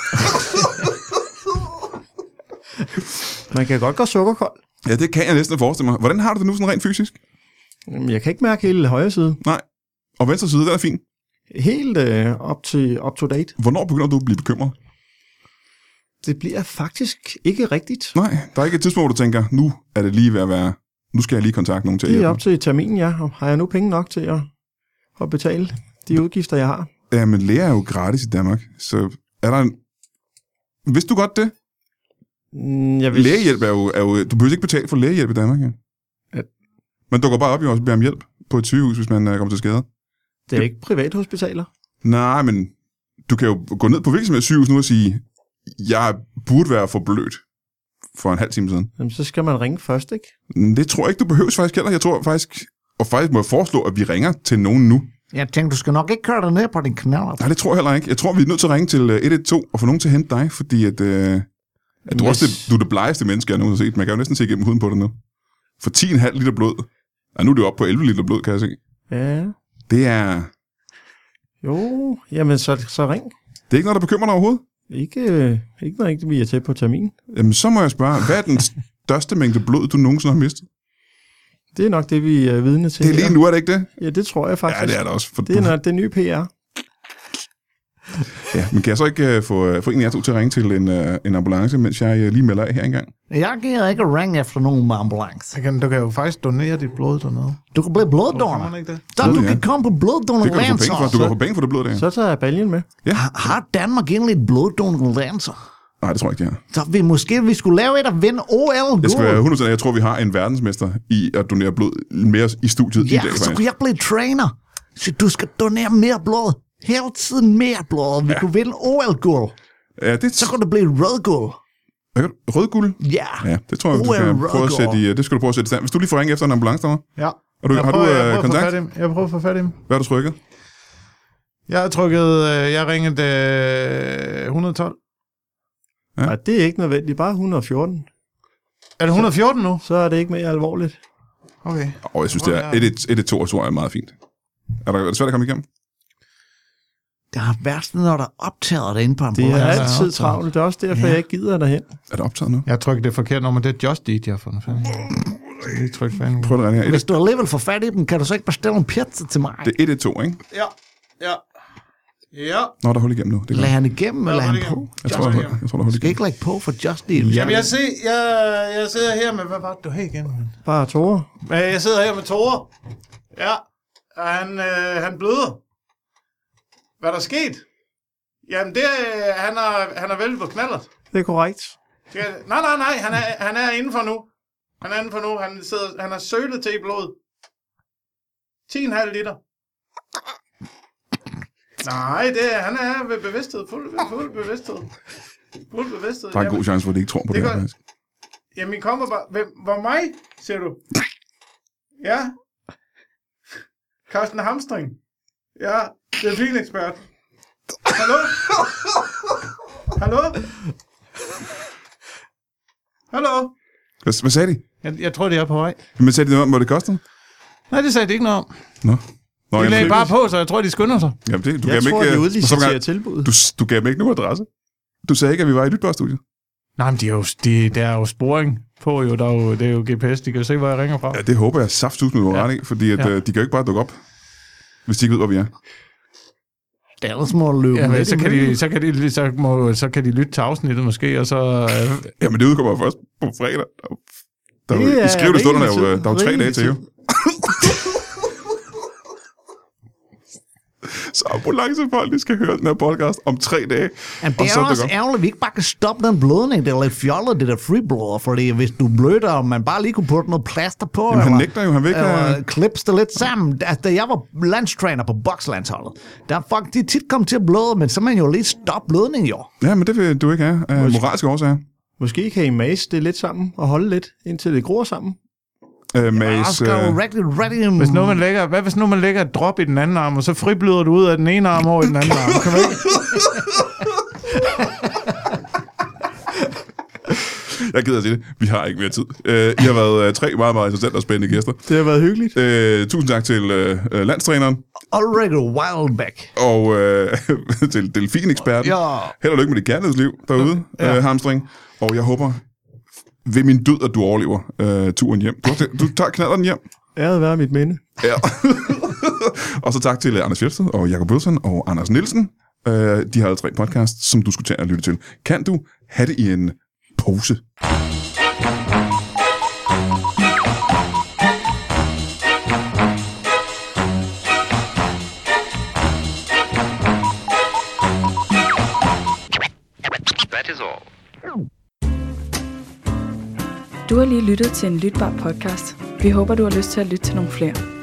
Man kan godt gå sukkerkold. Ja, det kan jeg næsten forestille mig. Hvordan har du det nu sådan rent fysisk? Jamen, jeg kan ikke mærke hele højre side. Nej. Og venstre side, der er fint. Helt up to date. Hvornår begynder du at blive bekymret? Det bliver faktisk ikke rigtigt. Nej, der er ikke et tidspunkt, hvor du tænker, nu er det lige ved at være... Nu skal jeg lige kontakte nogen til at hjælpe. Det er op til terminen, ja. Har jeg nu penge nok til at betale de udgifter, jeg har? Ja, men læger er jo gratis i Danmark. Så er der en... Vidste du godt det? Lægehjælp er jo... Du behøver ikke betale for lægehjælp i Danmark, ja. Men du går bare op og beder om hjælp på et sygehus, hvis man kommer til skade. Det er ikke privathospitaler. Nej, men du kan jo gå ned på hvilket som helst sygehus nu og sige, jeg burde være for blødt for en halv time siden. Jamen, så skal man ringe først, ikke? Det tror jeg ikke, du behøver faktisk heller. Jeg tror faktisk må jeg foreslå, at vi ringer til nogen nu. Jeg tænkte, du skal nok ikke køre dig ned på din knaller. Nej, det tror jeg heller ikke. Jeg tror, vi er nødt til at ringe til 112 og få nogen til at hente dig, fordi at du er det blegeste menneske, jeg nogensinde har set. Man kan jo næsten se igennem huden på dig nu. For 10,5 liter blod. Ja, nu er det jo oppe på 11 liter blod, kan jeg se. Ja. Det er... Jo, jamen så ring. Det er ikke noget, der bekymrer dig overhovedet? Ikke når vi er til på termin. Jamen, så må jeg spørge, hvad er den største mængde blod, du nogensinde har mistet? Det er nok det, vi er vidne til. Det er lige nu, er det ikke det? Ja, det tror jeg faktisk. Ja, det er det også. For det er det nye PR. Ja, men kan jeg så ikke få en af jer to til at ringe til en ambulance, mens jeg lige melder af her engang? Jeg giver ikke at ringe efter nogen med ambulance. Du kan jo faktisk donere dit blod dernede. Du kan blive bloddonor. Så du kan komme på bloddonorlandsår. Du kan få penge for det blod der. Så tager jeg baljen med. Ja. Har Danmark egentlig et bloddonorlandsår? Nej, det tror jeg ikke, det har. Så vi skulle lave et og vinde OL. Jeg skal være 100%, jeg tror, vi har en verdensmester i at donere blod mere i studiet i dag. Ja, så kunne jeg blive træner. Så du skal donere mere blod. Hele tiden mere blod, og vi kunne vinde OL-guld. Ja, så kunne det blive rød-guld. Rødguld? Ja. Ja, det tror jeg, du skal prøve at sætte i, det skal du prøve at sætte i stand. Hvis du lige får ringe efter en ambulance derovre. Ja. Har du kontakt? Jeg prøver at få fat i dem. Hvad har du trykket? Jeg ringede 112. Ja. Nej, det er ikke nødvendigt. Bare 114. Er det 114 nu? Så er det ikke mere alvorligt. Okay. Jeg synes, det er 112, tror jeg er meget fint. Er det svært at komme igennem? Det har været, når der optager det inde på Det er altid travlt. Det er også derfor, jeg ikke gider derhen. Er det optaget nu? Jeg trykker det forkert nummer. Det er Just Eat, jeg har fundet fat i. Prøv at ringe her. Hvis du alligevel får fat i dem, kan du så ikke bestille en pizza til mig? Det er 112, ikke? Ja. Nå, der er hul igennem nu. Lad han igennem, eller han på? Jeg tror, der er hul Du skal igennem. ikke lægge på for Just Eat. Jamen, jeg sidder her med... Hvad var det, du havde igen? Bare Tore. Jeg sidder her med Tore. Ja. Og han bløder. Hvad er der sket? Jamen, han er væltet på knallert. Det er korrekt. Nej, han er indenfor nu. Han er sølet til i blodet. 10,5 liter. Nej, han er ved bevidsthed. Fuld bevidsthed. Der er en god chance for, at de ikke tror på det her, faktisk. Jamen, I kommer bare... Hvor mig, siger du? Ja. Carsten Hamstring. Ja, det er filmekspert. Hallo? Hallo? Hvad sagde de? Jeg tror, det er på vej. Men sagde de noget om, hvad det kostede? Nej, det sagde de ikke noget om. Nå, De lagde bare på, så jeg tror, de skynder sig. Jamen, Jeg tror, de udliciterer tilbuddet. Du gav mig ikke nogen adresse. Du sagde ikke, at vi var i Lytbar-studiet. Nej, men der er jo sporing på jo. Det er jo GPS. De kan jo se, hvor jeg ringer fra. Ja, det håber jeg saftsus med ret i, fordi at, de kan jo ikke bare dukke op, hvis de ikke ved, hvor vi er. Det er ellers må løbe. Ja, men så kan de lytte til afsnittet måske, og så... Jamen, det udkommer først på fredag. I skrivende stunder, der er jo 3 dage til, jo. Så ambulancefolk, de skal høre den her podcast om 3 dage. Jamen, det er også ærgerligt, at vi ikke bare kan stoppe den blødning. Det er lidt fjollet, det der freeblower, fordi hvis du bløder, og man bare lige kunne putte noget plaster på, jamen, han nægter jo, han vil ikke... klips det lidt sammen. Altså, da jeg var landstræner på bokslandsholdet, der folk, de tit kom til at bløde, men så man jo lige stoppe blødning, jo. Ja, men det vil du ikke have af moralske årsager. Måske kan I mase det lidt sammen og holde lidt, indtil det gror sammen. Hvis nu man lægger et drop i den anden arm, og så fribløder du ud af den ene arm over i den anden arm. Kan man ikke? Jeg gider at sige det. Vi har ikke mere tid. I har været 3 meget, meget interessante og spændende gæster. Det har været hyggeligt. Tusind tak til landstræneren. Ulrich Wildbeck. Og til delfineksperten. Ja. Held og lykke med dit kærlighedsliv derude, Hamstring. Og jeg håber ved min død, at du overlever turen hjem. Du tager knalderen hjem. Æret være mit minde. Ja. Og så tak til Anders Fjeldsted og Jakob Bødsen og Anders Nielsen. De har 3 podcasts, som du skulle tage og lytte til. Kan du have det i en pose? That is all. Du har lige lyttet til en lytbar podcast. Vi håber, du har lyst til at lytte til nogle flere.